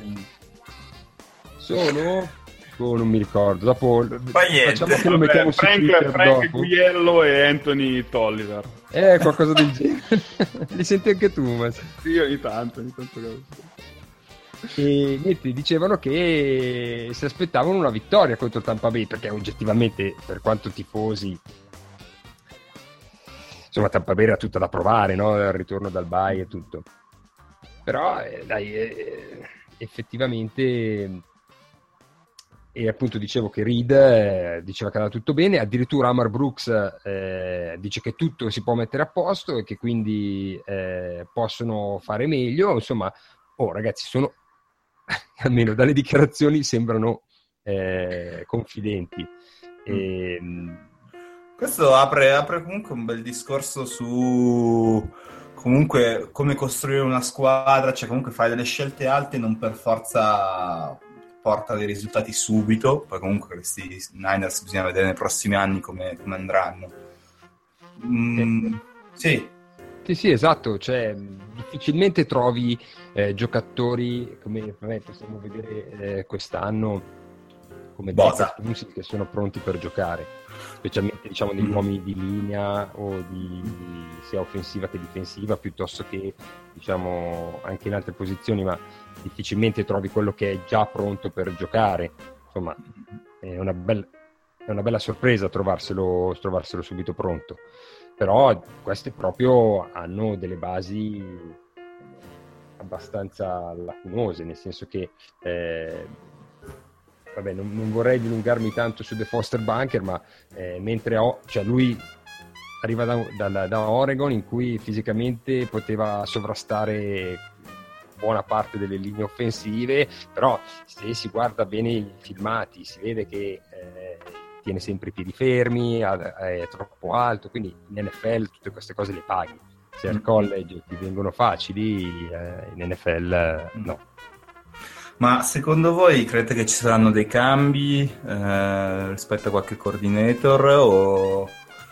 F: sono oh, non mi ricordo, dopo facciamo che lo mettiamo su
C: Frank,
F: Twitter
C: Frank
F: dopo.
C: Gugliello e Anthony Tolliver,
F: eh, qualcosa del genere. Li senti anche tu, ma
C: sì, ogni tanto, ogni tanto.
F: E niente, dicevano che si aspettavano una vittoria contro Tampa Bay, perché oggettivamente, per quanto tifosi, insomma Tampa Bay era tutta da provare, no? Il ritorno dal bye e tutto, però eh, dai, eh, effettivamente, e appunto dicevo che Reed eh, diceva che era tutto bene, addirittura Amar Brooks eh, dice che tutto si può mettere a posto e che quindi eh, possono fare meglio, insomma. Oh ragazzi, sono almeno dalle dichiarazioni sembrano eh, confidenti. E,
B: questo apre, apre comunque un bel discorso su comunque come costruire una squadra, cioè comunque fare delle scelte alte non per forza porta dei risultati subito, poi comunque questi Niners bisogna vedere nei prossimi anni come, come andranno. Mm, eh. Sì.
F: Sì, sì, esatto, cioè difficilmente trovi eh, giocatori come vabbè, possiamo vedere eh, quest'anno come Bosa che sono pronti per giocare, specialmente diciamo degli mm. uomini di linea o di, di sia offensiva che difensiva, piuttosto che diciamo anche in altre posizioni, ma difficilmente trovi quello che è già pronto per giocare. Insomma, è una bella, è una bella sorpresa trovarselo, trovarselo subito pronto. Però queste proprio hanno delle basi abbastanza lacunose, nel senso che eh, vabbè, non, non vorrei dilungarmi tanto su The Foster Bunker, ma eh, mentre ho, cioè lui arriva da, da, da Oregon, in cui fisicamente poteva sovrastare buona parte delle linee offensive, però se si guarda bene i filmati si vede che eh, tiene sempre i piedi fermi, è troppo alto, quindi in N F L tutte queste cose le paghi. Se al college ti vengono facili, eh, in N F L no.
B: Ma secondo voi credete che ci saranno dei cambi eh, rispetto a qualche coordinator o,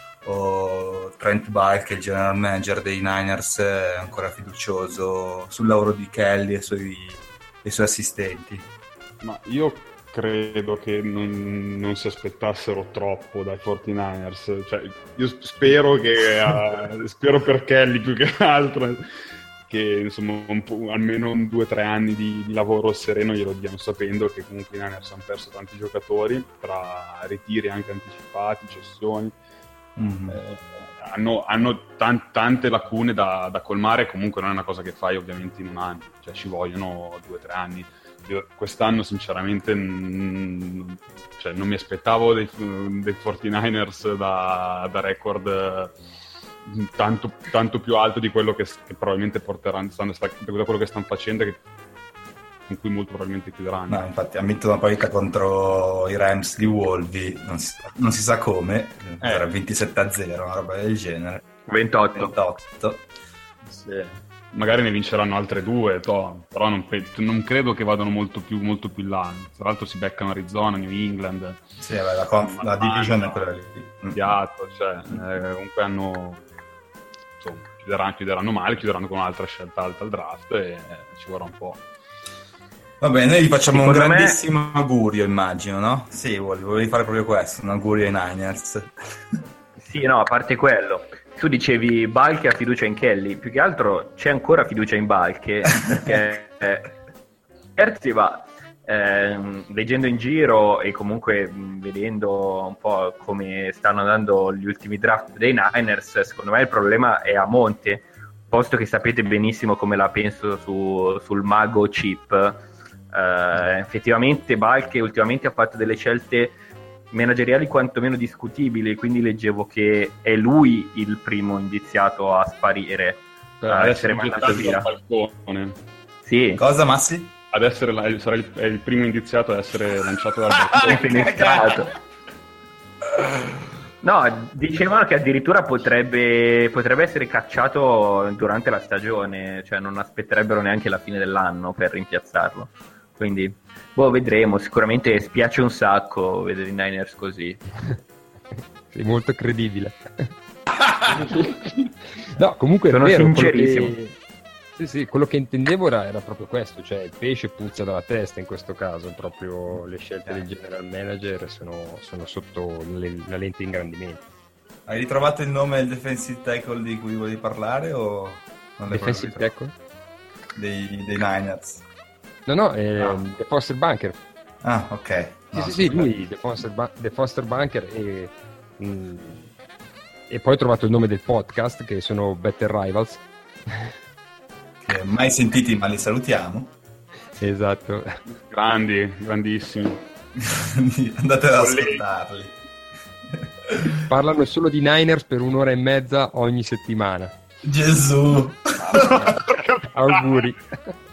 B: o Trent Baalke, il general manager dei Niners, è ancora fiducioso sul lavoro di Kelly e sui, dei suoi assistenti?
C: Ma io credo che non, non si aspettassero troppo dai quarantanovers, cioè io spero che uh, spero per Kelly più che altro che insomma un po', almeno un due o tre anni di, di lavoro sereno glielo diano, sapendo che comunque i Niners hanno perso tanti giocatori tra ritiri anche anticipati, cessioni. Mm-hmm. eh, hanno, hanno tan- tante lacune da, da colmare, comunque non è una cosa che fai ovviamente in un anno, cioè ci vogliono due o tre anni. Io quest'anno sinceramente mh, cioè, non mi aspettavo dei, dei quarantanovers da, da record eh, tanto, tanto più alto di quello che, che probabilmente porteranno, stanno, da quello che stanno facendo, che, con cui molto probabilmente chiuderanno.
B: No, infatti hanno vinto una partita contro i Rams di Wolvi, non si, non si sa come, eh. era ventisette a zero, una roba del genere.
D: ventotto.
B: ventotto.
C: Sì. Magari ne vinceranno altre due, toh, però non, non credo che vadano molto più, molto più in là. Tra l'altro si beccano Arizona, New England.
B: Sì, vabbè, la, conf- la division è quella lì.
C: Seattle, cioè, eh, comunque hanno... Insomma, chiuderanno, chiuderanno male, chiuderanno con un'altra scelta alta al draft e eh, ci vorrà un po'.
B: Va bene, noi gli facciamo
D: Secondo
B: un
D: me...
B: grandissimo augurio, immagino, no? Sì, volevi fare proprio questo, un augurio ai Niners.
D: Sì, no, a parte quello. Tu dicevi Baalke ha fiducia in Kelly, più che altro c'è ancora fiducia in Baalke, perché eh, va, eh, leggendo in giro e comunque mh, vedendo un po' come stanno andando gli ultimi draft dei Niners, secondo me il problema è a monte, posto che sapete benissimo come la penso su, sul mago chip. Eh, effettivamente Baalke ultimamente ha fatto delle scelte manageriali quantomeno discutibili, quindi leggevo che è lui il primo indiziato a sparire,
C: per
D: a
C: essere
D: essere mandato via.
C: Balcone.
D: Sì.
B: Cosa, Massi?
C: Ad essere la, sarà il, è il primo indiziato ad essere lanciato dal balcone.
D: Finestrato. No, dicevano che addirittura potrebbe, potrebbe essere cacciato durante la stagione, cioè non aspetterebbero neanche la fine dell'anno per rimpiazzarlo. Quindi, boh, vedremo. Sicuramente spiace un sacco vedere i Niners così.
F: Sei molto credibile. No, comunque
D: sono
F: è vero,
D: sincerissimo.
F: Quello che... Sì, sì, quello che intendevo era, era proprio questo, cioè il pesce puzza dalla testa in questo caso, proprio le scelte del general manager sono, sono sotto le, la lente di ingrandimento.
B: Hai ritrovato il nome del defensive tackle di cui volevi parlare o non l'hai
F: Defensive tackle?
B: Dei, dei Niners?
F: No, no, è
B: Ah.
F: The Foster Bunker.
B: Ah, ok.
F: Sì,
B: No,
F: sì, sì,
B: scusa.
F: lui, The Foster, Bu- The Foster Bunker e, mm, e poi ho trovato il nome del podcast che sono Better Rivals.
B: Che mai sentiti, ma li salutiamo.
F: Esatto.
C: Grandi, grandissimi.
B: Andate ad
C: Colleghi.
B: ascoltarli.
F: Parlano solo di Niners per un'ora e mezza ogni settimana.
B: Gesù.
F: Auguri.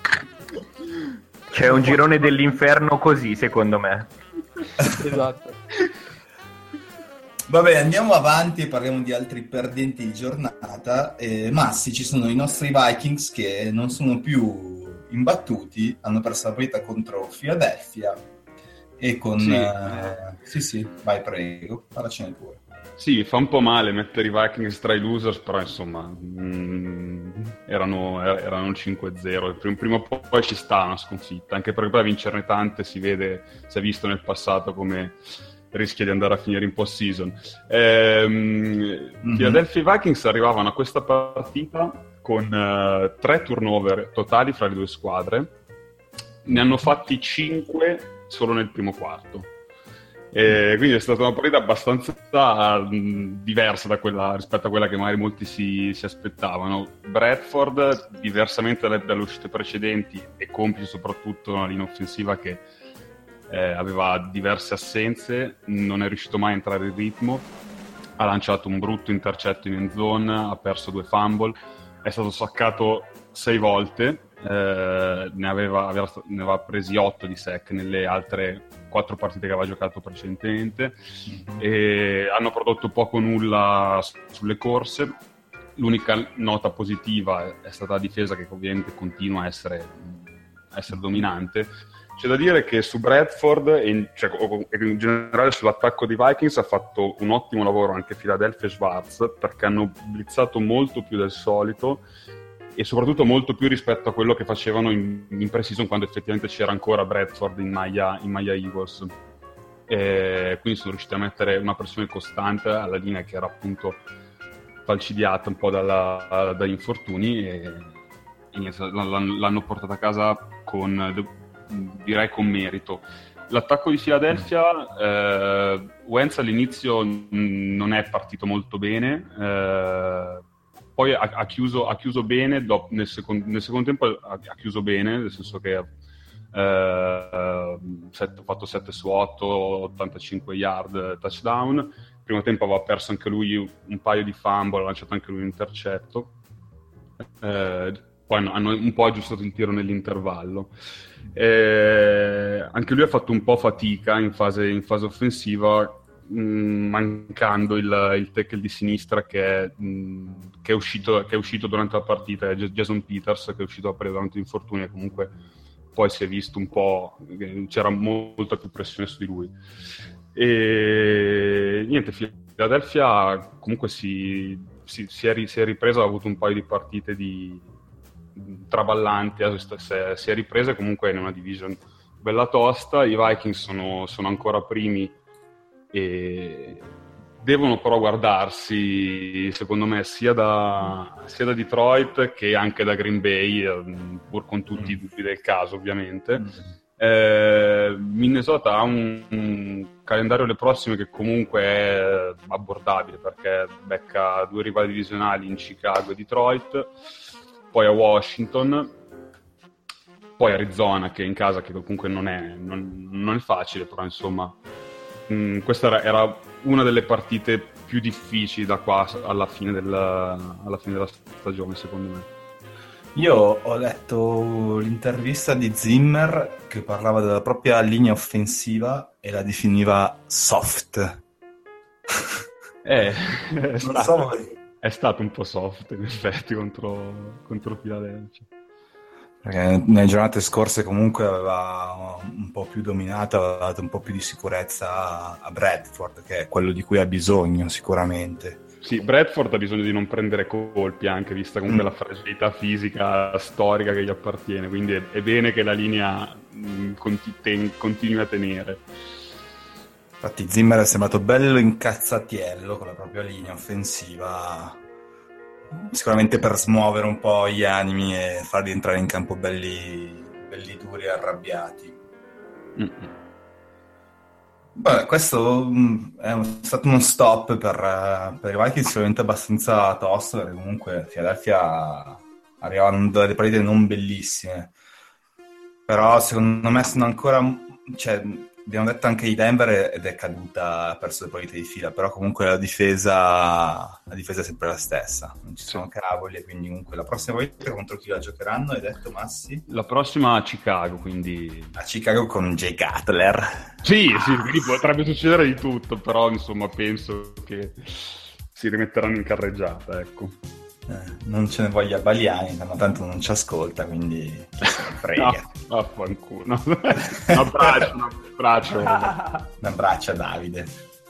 D: C'è un girone dell'inferno così, secondo me.
F: Esatto.
B: Vabbè, andiamo avanti e parliamo di altri perdenti di giornata. Eh, Massi, ci sono i nostri Vikings che non sono più imbattuti, hanno perso la partita contro Philadelphia e con...
C: Sì.
B: eh, sì, sì, vai, prego, parlacene pure.
C: Sì, fa un po' male mettere i Vikings tra i losers, però insomma mh, erano, erano un cinque a zero. Prima, prima o poi ci sta una sconfitta, anche perché poi a vincerne tante si vede, si è visto nel passato come rischia di andare a finire in post-season. Ehm,
B: Mm-hmm.
C: Philadelphia Vikings arrivavano a questa partita con uh, tre turnover totali fra le due squadre, ne hanno fatti cinque solo nel primo quarto. E quindi è stata una partita abbastanza mh, diversa da quella, rispetto a quella che magari molti si, si aspettavano. Bradford, diversamente dalle, dalle uscite precedenti, e complice soprattutto una linea offensiva che eh, aveva diverse assenze, non è riuscito mai a entrare in ritmo, ha lanciato un brutto intercetto in end zone, ha perso due fumble, è stato saccato sei volte, eh, ne, aveva, aveva, ne aveva presi otto di sack nelle altre quattro partite che aveva giocato precedentemente, mm-hmm. e hanno prodotto poco o nulla sulle corse. L'unica nota positiva è stata la difesa, che ovviamente continua a essere, a essere dominante, c'è da dire che su Bradford e in, cioè, e in generale sull'attacco dei Vikings ha fatto un ottimo lavoro anche Philadelphia e Schwartz, perché hanno blitzato molto più del solito e soprattutto molto più rispetto a quello che facevano in, in pre-season, quando effettivamente c'era ancora Bradford in maglia, in maglia Eagles. E quindi sono riusciti a mettere una pressione costante alla linea che era appunto falcidiata un po' dalla, dagli infortuni e, e niente, l'hanno, l'hanno portata a casa con, direi con merito. L'attacco di Philadelphia, eh, Wentz all'inizio non è partito molto bene, eh, poi ha, ha, chiuso, ha chiuso bene, dopo, nel, secondo, nel secondo tempo ha, ha chiuso bene, nel senso che eh, sette, ha fatto sette su otto, ottantacinque yard, touchdown. Il primo tempo aveva perso anche lui un paio di fumble, ha lanciato anche lui un intercetto. Eh, poi hanno, hanno un po' aggiustato il tiro nell'intervallo. Eh, anche lui ha fatto un po' fatica in fase, in fase offensiva, mh, mancando il, il tackle di sinistra che è, mh, che, è uscito, che è uscito durante la partita, è Jason Peters, che è uscito a prendere durante l'infortunio e comunque poi si è visto un po', c'era molta più pressione su di lui. E niente, Philadelphia comunque si, si, si, è, si è ripresa, ha avuto un paio di partite di traballanti, si è ripresa comunque in una division bella tosta. I Vikings sono, sono ancora primi e devono però guardarsi, secondo me, sia da, sia da Detroit che anche da Green Bay, pur con tutti i dubbi del caso ovviamente. eh, Minnesota ha un, un calendario le prossime che comunque è abbordabile, perché becca due rivali divisionali in Chicago e Detroit, poi a Washington, poi Arizona che è in casa, che comunque non è, non, non è facile, però insomma mh, questa era, era una delle partite più difficili da qua alla fine, del, alla fine della stagione, secondo me.
B: Io ho letto l'intervista di Zimmer che parlava della propria linea offensiva e la definiva soft.
C: Eh, è,
B: non
C: stato,
B: so
C: è stato un po' soft in effetti contro, contro Philadelphia.
B: Perché nelle giornate scorse comunque aveva un po' più dominato, aveva dato un po' più di sicurezza a Bradford, che è quello di cui ha bisogno sicuramente.
C: Sì, Bradford ha bisogno di non prendere colpi, anche vista comunque mm. la fragilità fisica storica che gli appartiene, quindi è, è bene che la linea mh, conti- ten- continui a tenere.
B: Infatti Zimmer è sembrato bello incazzatiello con la propria linea offensiva, sicuramente per smuovere un po' gli animi e farli entrare in campo belli, belli duri e arrabbiati. Mm-mm. Beh, questo è stato uno stop per, per i Vikings sicuramente abbastanza tosto, perché comunque Philadelphia arrivano delle partite non bellissime, però secondo me sono ancora, cioè abbiamo detto anche di Denver ed è caduta, ha perso le partite di fila, però comunque la difesa la difesa è sempre la stessa, non ci sono cavoli, e quindi comunque la prossima partita contro chi la giocheranno, hai detto Massi?
C: La prossima a Chicago, quindi
B: a Chicago con Jay Cutler.
C: Sì, sì, quindi potrebbe succedere di tutto, però insomma penso che si rimetteranno in carreggiata, ecco.
B: Eh, non ce ne voglia Baliani, ma tanto non ci ascolta, quindi chi se ne frega.
C: No, affanculo. No. Un abbraccio, un abbraccio.
B: Un abbraccio a Davide.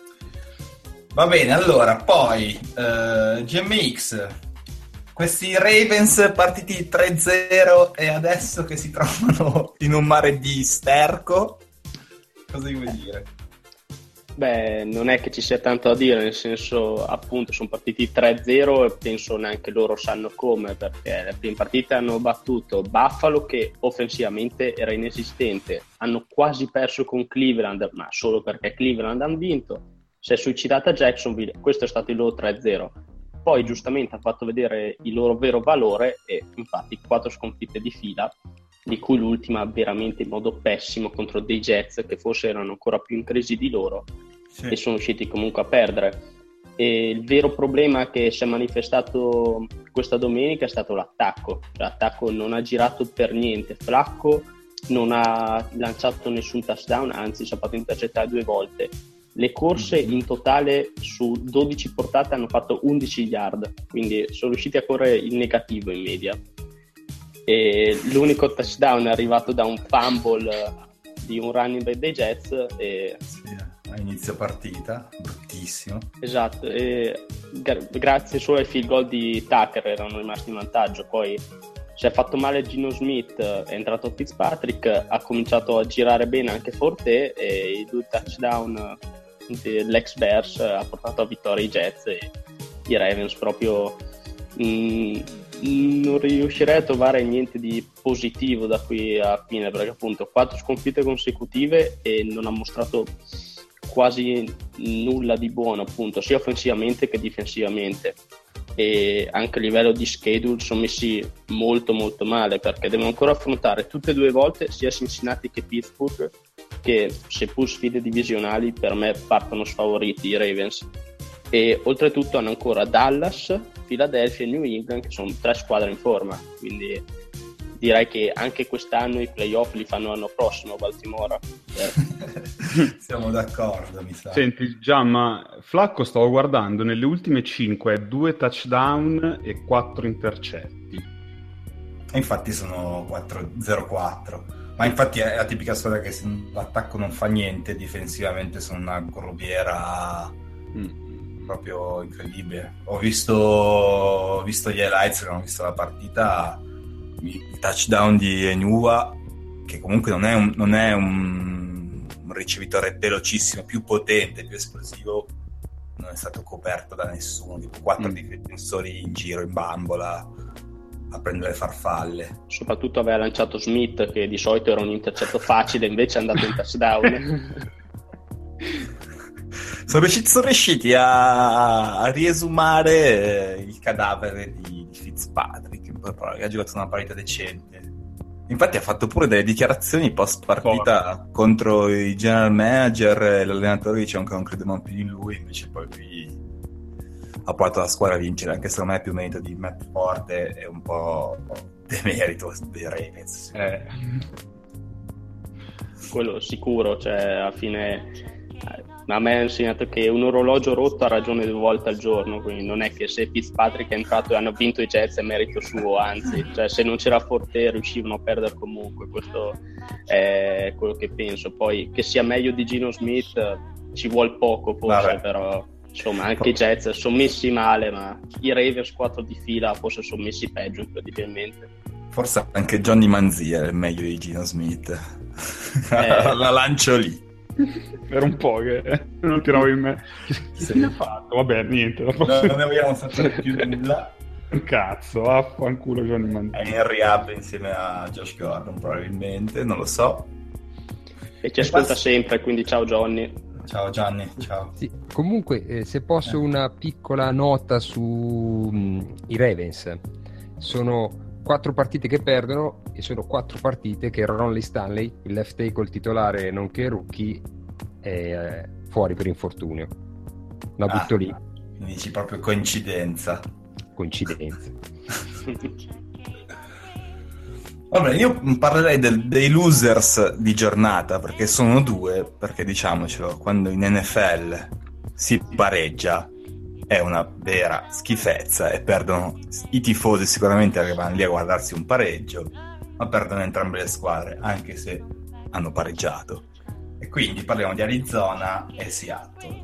B: Va bene, allora, poi uh, G M X, questi Ravens partiti tre zero e adesso che si trovano in un mare di sterco, cosa gli vuoi dire?
E: Beh, non è che ci sia tanto da dire, nel senso, appunto, sono partiti tre zero e penso neanche loro sanno come, perché la prima partita hanno battuto Buffalo, che offensivamente era inesistente, hanno quasi perso con Cleveland, ma solo perché Cleveland hanno vinto, si è suicidata Jacksonville, questo è stato il loro tre zero. Poi giustamente ha fatto vedere il loro vero valore e infatti quattro sconfitte di fila, di cui l'ultima veramente in modo pessimo contro dei Jets che forse erano ancora più in crisi di loro, sì, e sono usciti comunque a perdere. E il vero problema che si è manifestato questa domenica è stato l'attacco, cioè, l'attacco non ha girato per niente, Flacco non ha lanciato nessun touchdown, anzi si è fatto intercettare due volte. Le corse in totale su dodici portate hanno fatto undici yard, quindi sono riusciti a correre in negativo in media. E l'unico touchdown è arrivato da un fumble di un running back dei Jets e...
B: Sì, a inizio partita, bruttissimo.
E: Esatto, e gra- grazie solo ai field goal di Tucker erano rimasti in vantaggio, poi si è fatto male Gino Smith, è entrato Fitzpatrick, ha cominciato a girare bene anche Forte e i due touchdown dell'ex Bears ha portato a vittoria i Jets e i Ravens proprio mh, non riuscirei a trovare niente di positivo da qui a fine, perché appunto quattro sconfitte consecutive e non ha mostrato quasi nulla di buono, appunto, sia offensivamente che difensivamente, e anche a livello di schedule sono messi molto molto male, perché devono ancora affrontare tutte e due volte sia Cincinnati che Pittsburgh, che seppur sfide divisionali per me partono sfavoriti i Ravens, e oltretutto hanno ancora Dallas, Philadelphia e New England, che sono tre squadre in forma, quindi direi che anche quest'anno i playoff li fanno l'anno prossimo Baltimora. Eh.
B: Siamo d'accordo, mi sa.
C: Senti, Gian, ma Flacco stavo guardando, nelle ultime cinque due touchdown e quattro intercetti.
B: E infatti sono quattro zero quattro. Ma infatti è la tipica squadra che se l'attacco non fa niente, difensivamente sono una corrubiera mm. proprio incredibile. Ho visto, ho visto gli highlights, non ho visto la partita, il touchdown di Enua, che comunque non è un, non è un, un ricevitore velocissimo, più potente, più esplosivo, non è stato coperto da nessuno, tipo quattro mm. difensori in giro, in bambola, a prendere farfalle.
E: Soprattutto aveva lanciato Smith, che di solito era un intercetto facile, invece è andato in touchdown.
B: sono, riusciti, sono riusciti a, a riesumare il cadavere di, di Fitzpatrick, che ha giocato una partita decente. Infatti ha fatto pure delle dichiarazioni post partita oh. contro i general manager e l'allenatore, dicevano che non credevano più in lui, invece poi lui ha portato la squadra a vincere, anche secondo me è più merito di Matt Forte e un po' demerito dei Ravens.
C: Eh.
E: Quello sicuro, cioè alla fine a me ha insegnato che un orologio rotto ha ragione due volte al giorno, quindi non è che se Fitzpatrick è entrato e hanno vinto i Jets è merito suo, anzi, cioè se non c'era Forte riuscivano a perdere comunque, questo è quello che penso. Poi che sia meglio di Gino Smith ci vuol poco forse, Vabbè. però insomma anche i Jets sono messi male, ma i Ravens quattro di fila forse sono messi peggio incredibilmente.
B: Forse anche Johnny Manziel è meglio di Gino Smith. Eh. La lancio lì.
C: Era un po' che non tiravo in me. Che sì. ha fatto? Vabbè, niente.
B: No, non ne vogliamo sapere più nulla.
C: Cazzo, affanculo Johnny Manziel.
B: È in rehab insieme a Josh Gordon probabilmente, non lo so.
E: E ci ascolta sempre, quindi ciao Johnny.
B: Ciao Gianni, ciao.
F: Sì, comunque, eh, se posso eh. una piccola nota su mh, i Ravens. Sono quattro partite che perdono e sono quattro partite che Ronley Stanley, il left tackle titolare nonché rookie, è eh, fuori per infortunio. La butto ah, lì.
B: Quindi dici proprio coincidenza.
F: Coincidenza.
B: Vabbè, io parlerei del, dei losers di giornata, perché sono due, perché diciamocelo, quando in N F L si pareggia è una vera schifezza e perdono i tifosi, sicuramente arrivano lì a guardarsi un pareggio, ma perdono entrambe le squadre, anche se hanno pareggiato. E quindi parliamo di Arizona e Seattle.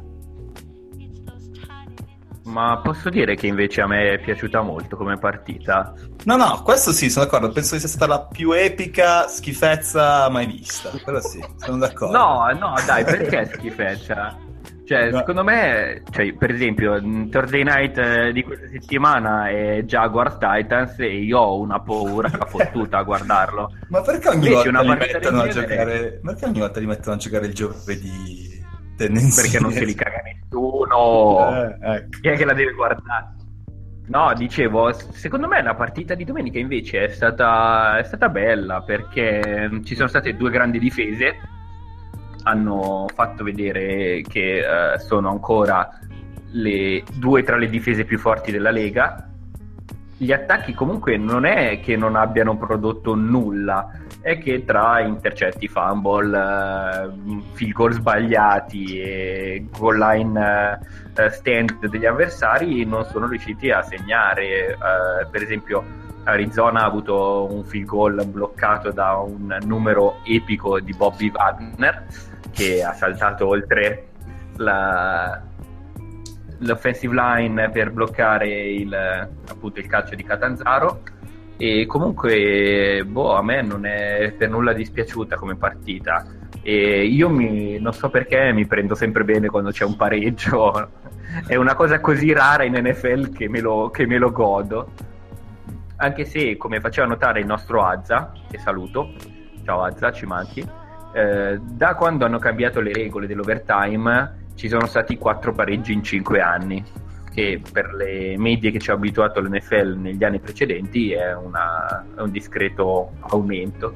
D: Ma posso dire che invece a me è piaciuta molto come partita?
B: No, no, questo sì, sono d'accordo. Penso che sia stata la più epica schifezza mai vista. Però sì, sono d'accordo.
D: No, no, dai, perché schifezza? Cioè, no. Secondo me, cioè, per esempio, Thursday Night eh, di questa settimana è Jaguars Titans e io ho una paura fottuta a guardarlo.
B: Ma perché ogni Invece volta li mettono a giocare? Perché ogni volta li mettono a giocare il giovedì?
D: Perché non se li caga nessuno. Eh, ecco. Chi è che la deve guardare? No, dicevo, secondo me la partita di domenica invece è stata, è stata bella, perché ci sono state due grandi difese, hanno fatto vedere che uh, sono ancora le due tra le difese più forti della Lega. Gli attacchi comunque non è che non abbiano prodotto nulla, è che tra intercetti, fumble, uh, field goal sbagliati e goal line uh, stand degli avversari non sono riusciti a segnare. Uh, per esempio Arizona ha avuto un field goal bloccato da un numero epico di Bobby Wagner, che ha saltato oltre la, l'offensive line per bloccare il, appunto il calcio di Catanzaro. E comunque boh, a me non è per nulla dispiaciuta come partita, e io mi, non so perché mi prendo sempre bene quando c'è un pareggio. È una cosa così rara in N F L che me lo, che me lo godo, anche se, come faceva notare il nostro Azza, che saluto, ciao Azza, ci manchi, eh, da quando hanno cambiato le regole dell'overtime ci sono stati quattro pareggi in cinque anni, che per le medie che ci ha abituato l'N F L negli anni precedenti è, una, è un discreto aumento.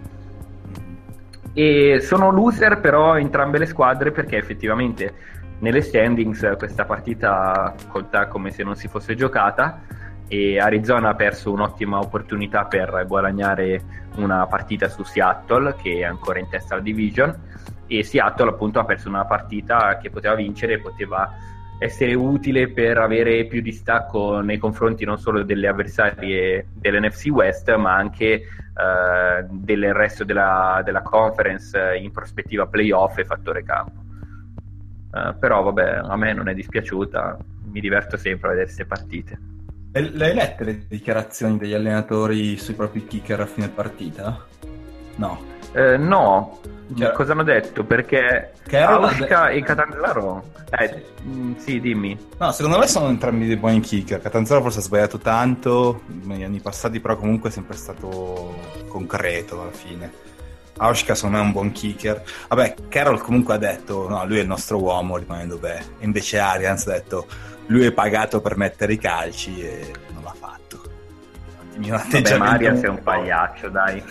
D: E sono loser però entrambe le squadre, perché effettivamente nelle standings questa partita conta come se non si fosse giocata, e Arizona ha perso un'ottima opportunità per guadagnare una partita su Seattle, che è ancora in testa alla division, e Seattle appunto ha perso una partita che poteva vincere, poteva essere utile per avere più distacco nei confronti non solo delle avversarie dell'N F C West, ma anche eh, del resto della, della conference in prospettiva playoff e fattore campo. Uh, però vabbè, a me non è dispiaciuta, mi diverto sempre a vedere queste partite.
B: E le hai lette le dichiarazioni degli allenatori sui propri kicker a fine partita? No.
D: Eh, no,
B: Chiaro.
D: Cosa hanno detto? Perché Aushka e Catanzaro eh, mh, sì, dimmi.
B: No, secondo me sono entrambi dei buoni kicker. Catanzaro forse ha sbagliato tanto negli anni passati, però comunque è sempre stato concreto alla fine. Aushka secondo me è un buon kicker. Vabbè, Carroll comunque ha detto no, lui è il nostro uomo, rimane dov'è. E invece Arians ha detto lui è pagato per mettere i calci e non l'ha fatto. Un
D: Vabbè, ma Arians è un pagliaccio, dai.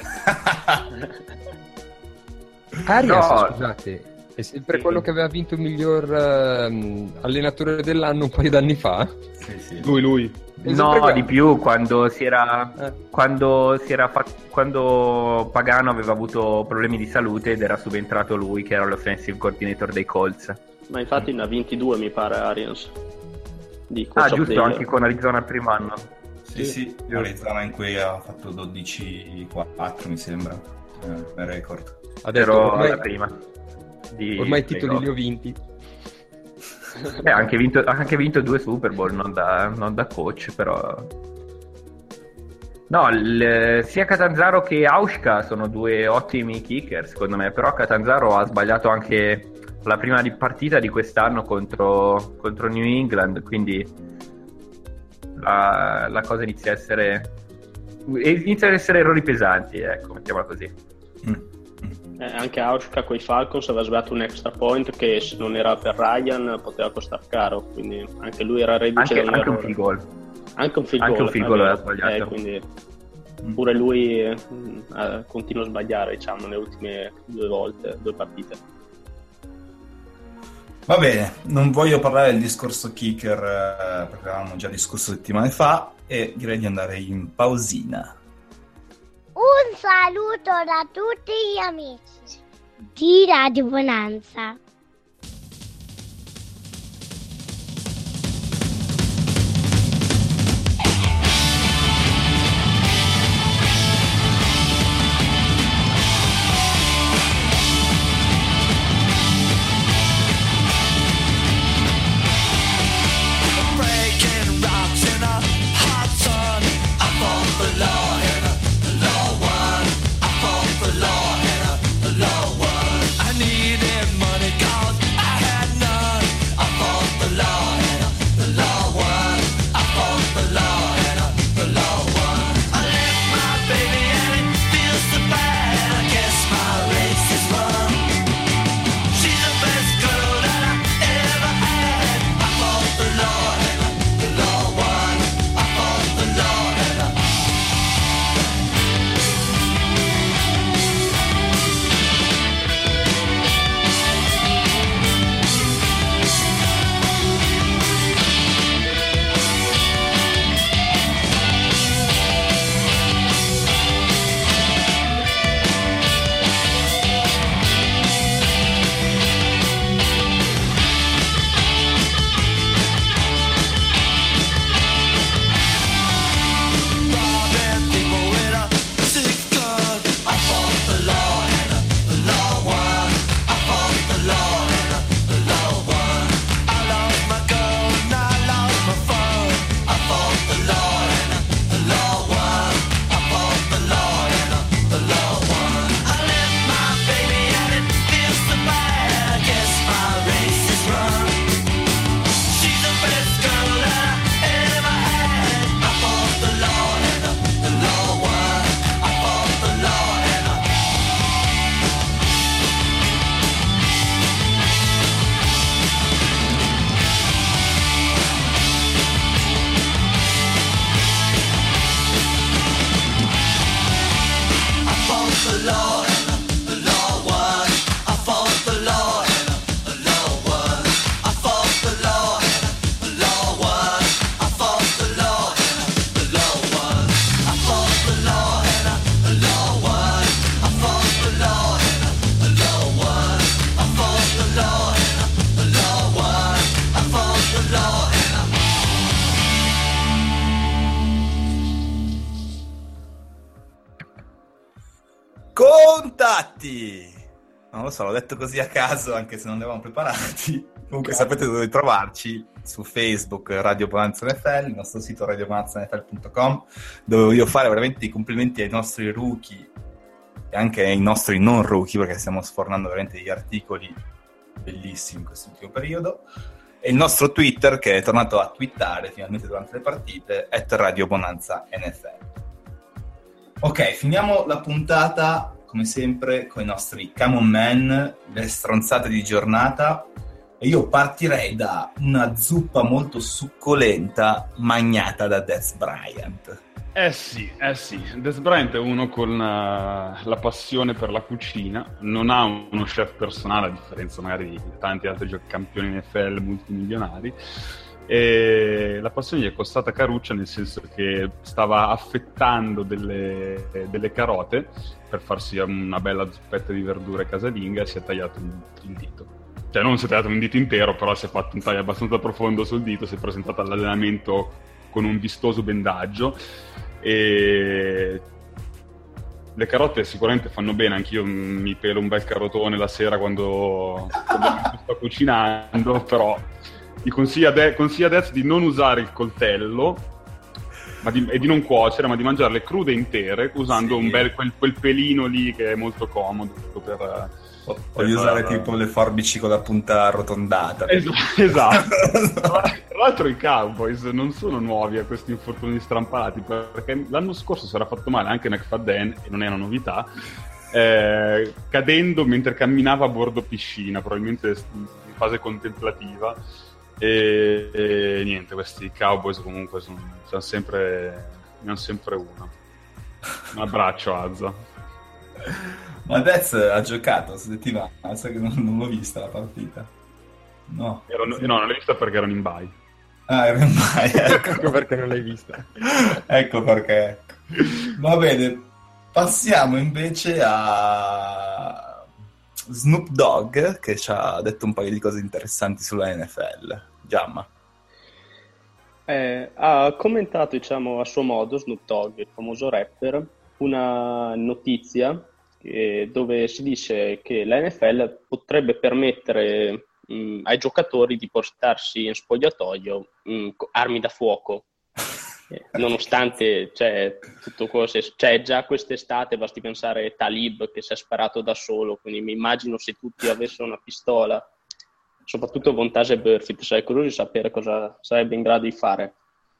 F: Arias,
D: No.
F: scusate, è sempre
D: Sì.
F: quello che aveva vinto il miglior ehm, allenatore dell'anno un paio d'anni fa?
B: Sì, sì.
C: Lui, lui.
F: È sempre
D: No,
F: quello.
D: di più, quando si era
F: Eh.
D: quando si era fa- quando Pagano aveva avuto problemi di salute ed era subentrato lui, che era l'offensive coordinator dei Colts.
E: Ma infatti ne ha ventidue mi pare Arians. Di
D: Ah,
E: Coach of
D: giusto,
E: the Year.
D: anche con Arizona il primo anno.
B: Sì, sì, Arizona in cui ha fatto dodici quattro mi sembra, eh, per record.
F: Ha detto
D: Però
F: ormai,
D: la prima. Di
F: ormai i titoli
D: playoff.
F: li ho vinti.
D: Eh, ha anche vinto, ha anche vinto due Super Bowl, non da, non da coach, però. No, il- sia Catanzaro che Aushka sono due ottimi kicker, secondo me, però Catanzaro ha sbagliato anche la prima di partita di quest'anno contro, contro New England, quindi la, la cosa inizia a essere inizia ad essere errori pesanti, ecco, mettiamola così.
B: Mm.
E: Eh, anche Aushka con i Falcons aveva sbagliato un extra point che se non era per Ryan poteva costare caro, quindi anche lui era reduce
D: Anche,
E: da un
D: anche un
E: errore.
D: field goal.
E: Anche un field
D: Anche
E: goal,
D: un field
E: è
D: goal
E: vero.
D: aveva sbagliato.
E: Eh, quindi pure lui eh, eh, continua a sbagliare, diciamo, nelle ultime due volte, due partite.
B: Va bene, non voglio parlare del discorso kicker eh, perché avevamo già discusso settimane fa e direi di andare in pausina.
H: Un saluto da tutti gli amici di Radio Bonanza.
G: Breaking rocks in a hot sun. I fought for law in a law one. I fought for law in a law one. I needed money.
B: Contatti! Non lo so, l'ho detto così a caso, anche se non li avevamo preparati. Comunque sapete dove trovarci, su Facebook Radio Bonanza N F L, il nostro sito radio bonanza n f l punto com, dove voglio fare veramente i complimenti ai nostri rookie e anche ai nostri non rookie, perché stiamo sfornando veramente degli articoli bellissimi in quest'ultimo periodo. E il nostro Twitter, che è tornato a twittare finalmente durante le partite, at Radio Bonanza N F L. Ok, finiamo la puntata come sempre con i nostri Come On Man, le stronzate di giornata, e io partirei da una zuppa molto succolenta magnata da Dez Bryant.
C: Eh sì, eh sì, Dez Bryant è uno con uh, la passione per la cucina, non ha uno chef personale a differenza magari di tanti altri gioc- campioni N F L multimilionari, e la passione gli è costata caruccia, nel senso che stava affettando delle, delle carote per farsi una bella zuppetta di verdure casalinga e si è tagliato un, il dito. Cioè non si è tagliato un dito intero, però si è fatto un taglio abbastanza profondo sul dito, si è presentato all'allenamento con un vistoso bendaggio. E le carote sicuramente fanno bene, anch'io mi pelo un bel carotone la sera quando, quando sto cucinando, però ti consiglia De- consiglia Dez di non usare il coltello ma di, e di non cuocere, ma di mangiarle crude intere usando sì. un bel quel, quel pelino lì che è molto comodo per,
B: o, per di usare per... tipo le forbici con la punta arrotondata.
C: Es- esatto. Tra l'altro i Cowboys non sono nuovi a questi infortuni strampalati, perché l'anno scorso si era fatto male anche McFadden, e non è una novità, eh, cadendo mentre camminava a bordo piscina, probabilmente in fase contemplativa. E, e niente, questi Cowboys comunque sono, sono sempre ne hanno sempre uno. Un abbraccio Azza.
B: Ma Dez ha giocato questa settimana, so che non, non l'ho vista la partita. No,
C: Ero, no, non l'hai vista perché erano in bye.
B: Ah, ero in bye, ecco.
F: Ecco perché non l'hai vista.
B: Ecco perché. Va bene, passiamo invece a Snoop Dogg, che ci ha detto un paio di cose interessanti sulla N F L. Giamma.
E: Eh, ha commentato, diciamo, a suo modo, Snoop Dogg, il famoso rapper, una notizia che, dove si dice che la N F L potrebbe permettere mh, ai giocatori di portarsi in spogliatoio mh, armi da fuoco. Eh, nonostante cioè, tutto cose, cioè, già quest'estate basti pensare a Talib che si è sparato da solo, quindi mi immagino se tutti avessero una pistola, soprattutto Vontaze Burfict, sarei curioso di sapere cosa sarebbe in grado di fare.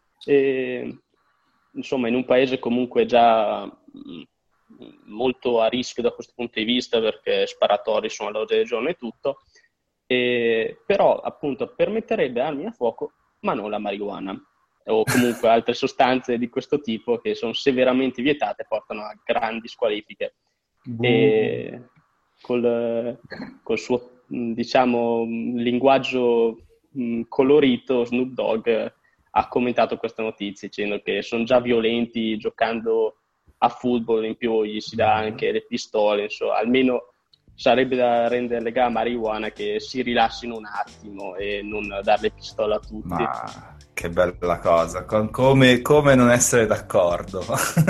E: E, insomma, in un paese comunque già mh, molto a rischio da questo punto di vista, perché sparatori sono all'ordine del giorno e tutto, e, però appunto permetterebbe armi a fuoco, ma non la marijuana o comunque altre sostanze di questo tipo che sono severamente vietate e portano a grandi squalifiche. Mm. E col, col suo, diciamo, linguaggio mh, colorito, Snoop Dogg ha commentato questa notizia dicendo che sono già violenti giocando a football, in più gli si dà anche le pistole, insomma, almeno sarebbe da rendere legale a marijuana che si rilassino un attimo e non darle pistole a tutti.
B: Ma che bella cosa, con come, come non essere d'accordo.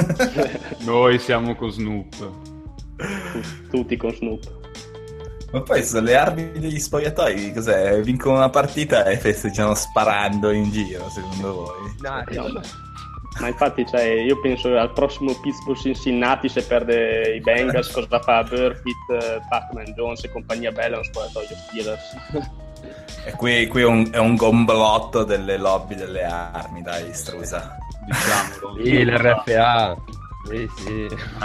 C: Noi siamo con Snoop.
E: Tutti con Snoop.
B: Ma poi sono le armi degli spogliatoi, cos'è? Vincono una partita e festeggiano sparando in giro, secondo voi?
E: No, no. Ma infatti, cioè, io penso al prossimo Pittsburgh Cincinnati, se perde i Bengals, cosa fa Burfict, Pacman Jones e compagnia bella, uno spogliatoio Steelers.
B: E qui, qui è, un, è un gomblotto delle lobby delle armi, dai, Strusa.
C: Diciamolo.
F: Sì, l'R F A. Sì, sì.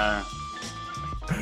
C: Eh.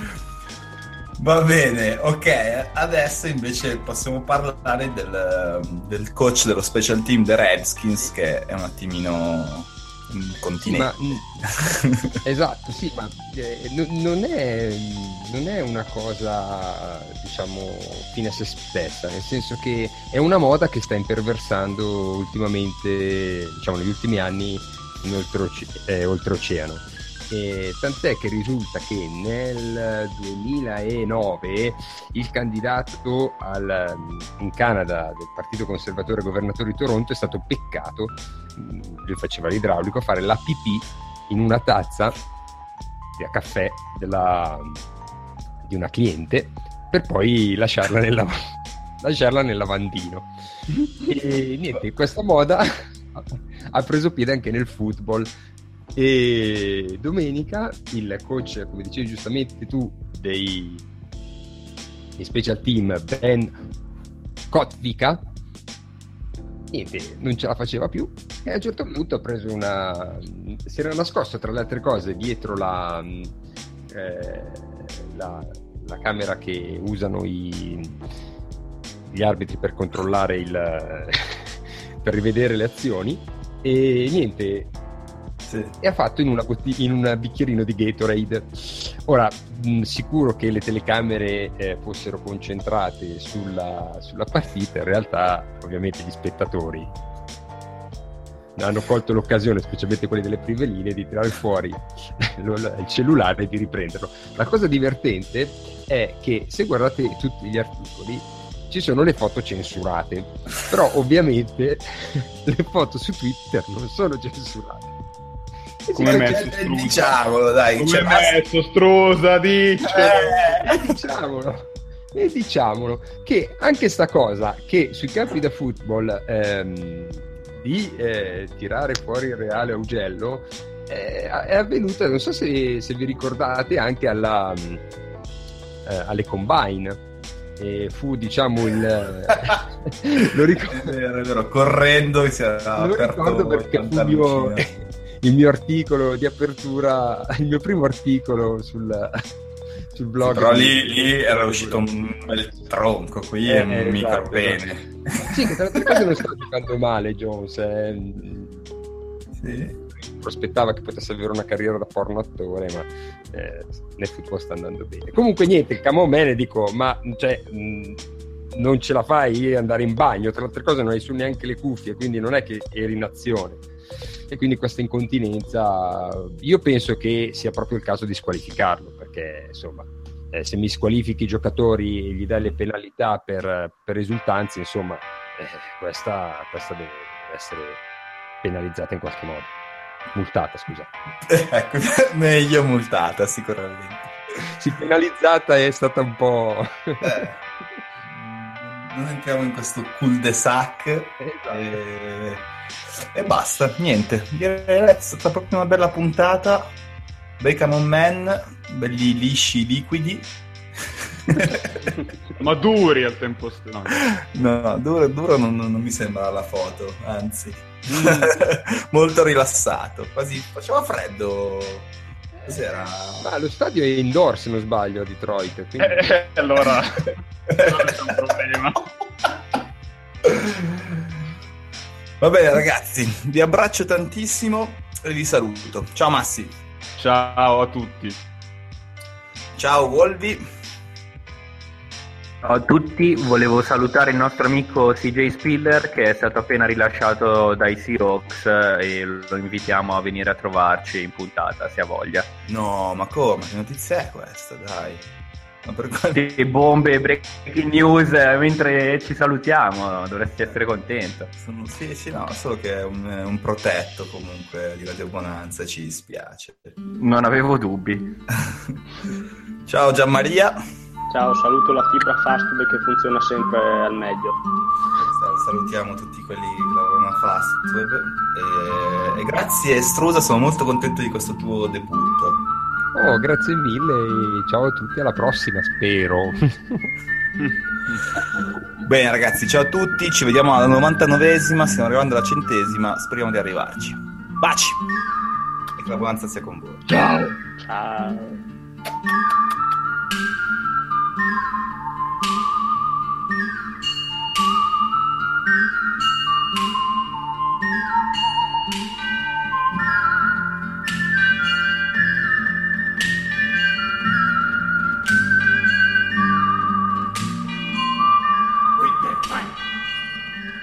B: Va bene, ok, adesso invece possiamo parlare del, del coach dello special team dei Redskins, che è un attimino un continente.
F: Sì, ma, esatto, sì, ma eh, n- non, è, non è una cosa, diciamo, fine a se stessa, nel senso che è una moda che sta imperversando ultimamente, diciamo, negli ultimi anni in oltreoce- eh, oltreoceano. E tant'è che risulta che nel duemilanove il candidato al, in Canada del Partito Conservatore governatore di Toronto è stato beccato, lui faceva l'idraulico, a fare la pipì in una tazza a caffè della, di una cliente per poi lasciarla nel, lav- lasciarla nel lavandino. E niente, questa moda ha preso piede anche nel football. E domenica il coach, come dicevi giustamente tu, dei, dei special team, Ben Kotvika, niente, non ce la faceva più e a un certo punto ha preso una, si era nascosto tra le altre cose dietro la, eh, la, la camera che usano i, gli arbitri per controllare il per rivedere le azioni, e niente, sì. E ha fatto in, una botti- in un bicchierino di Gatorade. Ora, mh, sicuro che le telecamere eh, fossero concentrate sulla, sulla partita, in realtà ovviamente gli spettatori hanno colto l'occasione, specialmente quelli delle prime linee, di tirare fuori il cellulare e di riprenderlo. La cosa divertente è che se guardate tutti gli articoli ci sono le foto censurate, però ovviamente le foto su Twitter non sono censurate.
C: Come messo
B: eh, diciamolo, dai,
C: come
B: c'è
C: messo Strosa, dice
F: eh, diciamolo e diciamolo che anche sta cosa che sui campi da football ehm, di eh, tirare fuori il reale Augello eh, è avvenuta, non so se, se vi ricordate, anche alla eh, alle Combine. E fu, diciamo, il lo ricordo,
B: è vero, è vero, correndo si era
F: lo
B: aperto
F: ricordo perché fu il mio, il mio articolo di apertura, il mio primo articolo sul, sul blog.
B: Sì, però lì, lì era uscito un bel tronco, qui
F: eh,
B: è un
F: esatto,
B: micro bene.
F: Sì, che tra le altre cose non sta giocando male Jones, eh.
B: Sì.
F: Prospettava che potesse avere una carriera da porno attore, ma eh, nel football sta andando bene. Comunque niente, il Camomene, dico, ma cioè, mh, non ce la fai andare in bagno, tra le altre cose non hai su neanche le cuffie, quindi non è che eri in azione, e quindi questa incontinenza io penso che sia proprio il caso di squalificarlo, perché insomma eh, se mi squalifichi i giocatori e gli dai le penalità per, per esultanze, insomma eh, questa, questa deve essere penalizzata in qualche modo. Multata, scusa.
B: Ecco, meglio multata sicuramente.
F: Sì, penalizzata è stata un po'...
B: eh, non entriamo in questo cul-de-sac.
F: Esatto.
B: e... e basta, niente. Direi è stata proprio una bella puntata. Bei Camon Man, belli lisci, liquidi.
C: ma duri al tempo stesso.
B: No, no, duro, duro non, non mi sembra la foto, anzi mm. molto rilassato, quasi faceva freddo. Cos'era?
F: Ma lo stadio è indoor, se non sbaglio, a Detroit, quindi...
C: eh, allora non è un problema.
B: Va bene ragazzi, vi abbraccio tantissimo e vi saluto. Ciao Massi.
C: Ciao a tutti.
B: Ciao Wolvi.
D: Ciao a tutti, volevo salutare il nostro amico C J Spiller che è stato appena rilasciato dai Seahawks e lo invitiamo a venire a trovarci in puntata se ha voglia.
B: No, ma come? Che notizia è questa? Dai. Ma per quale...
D: Che bombe, breaking news mentre ci salutiamo, dovresti essere contento.
B: Sono... Sì, sì, no, solo che è un, un protetto comunque di Radio Bonanza, ci dispiace.
D: Non avevo dubbi.
B: Ciao Gianmaria.
E: Ciao, saluto la fibra Fastweb che funziona sempre al meglio.
B: Salutiamo tutti quelli che lavorano a Fastweb e, e grazie Strusa, sono molto contento di questo tuo debutto.
F: Oh, grazie mille e ciao a tutti, alla prossima, spero.
B: Bene ragazzi, ciao a tutti, ci vediamo alla novantanovesima, stiamo arrivando alla centesima, speriamo di arrivarci. Baci! E che la buonanza sia con voi.
C: Ciao!
E: Ciao!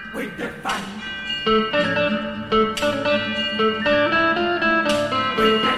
A: We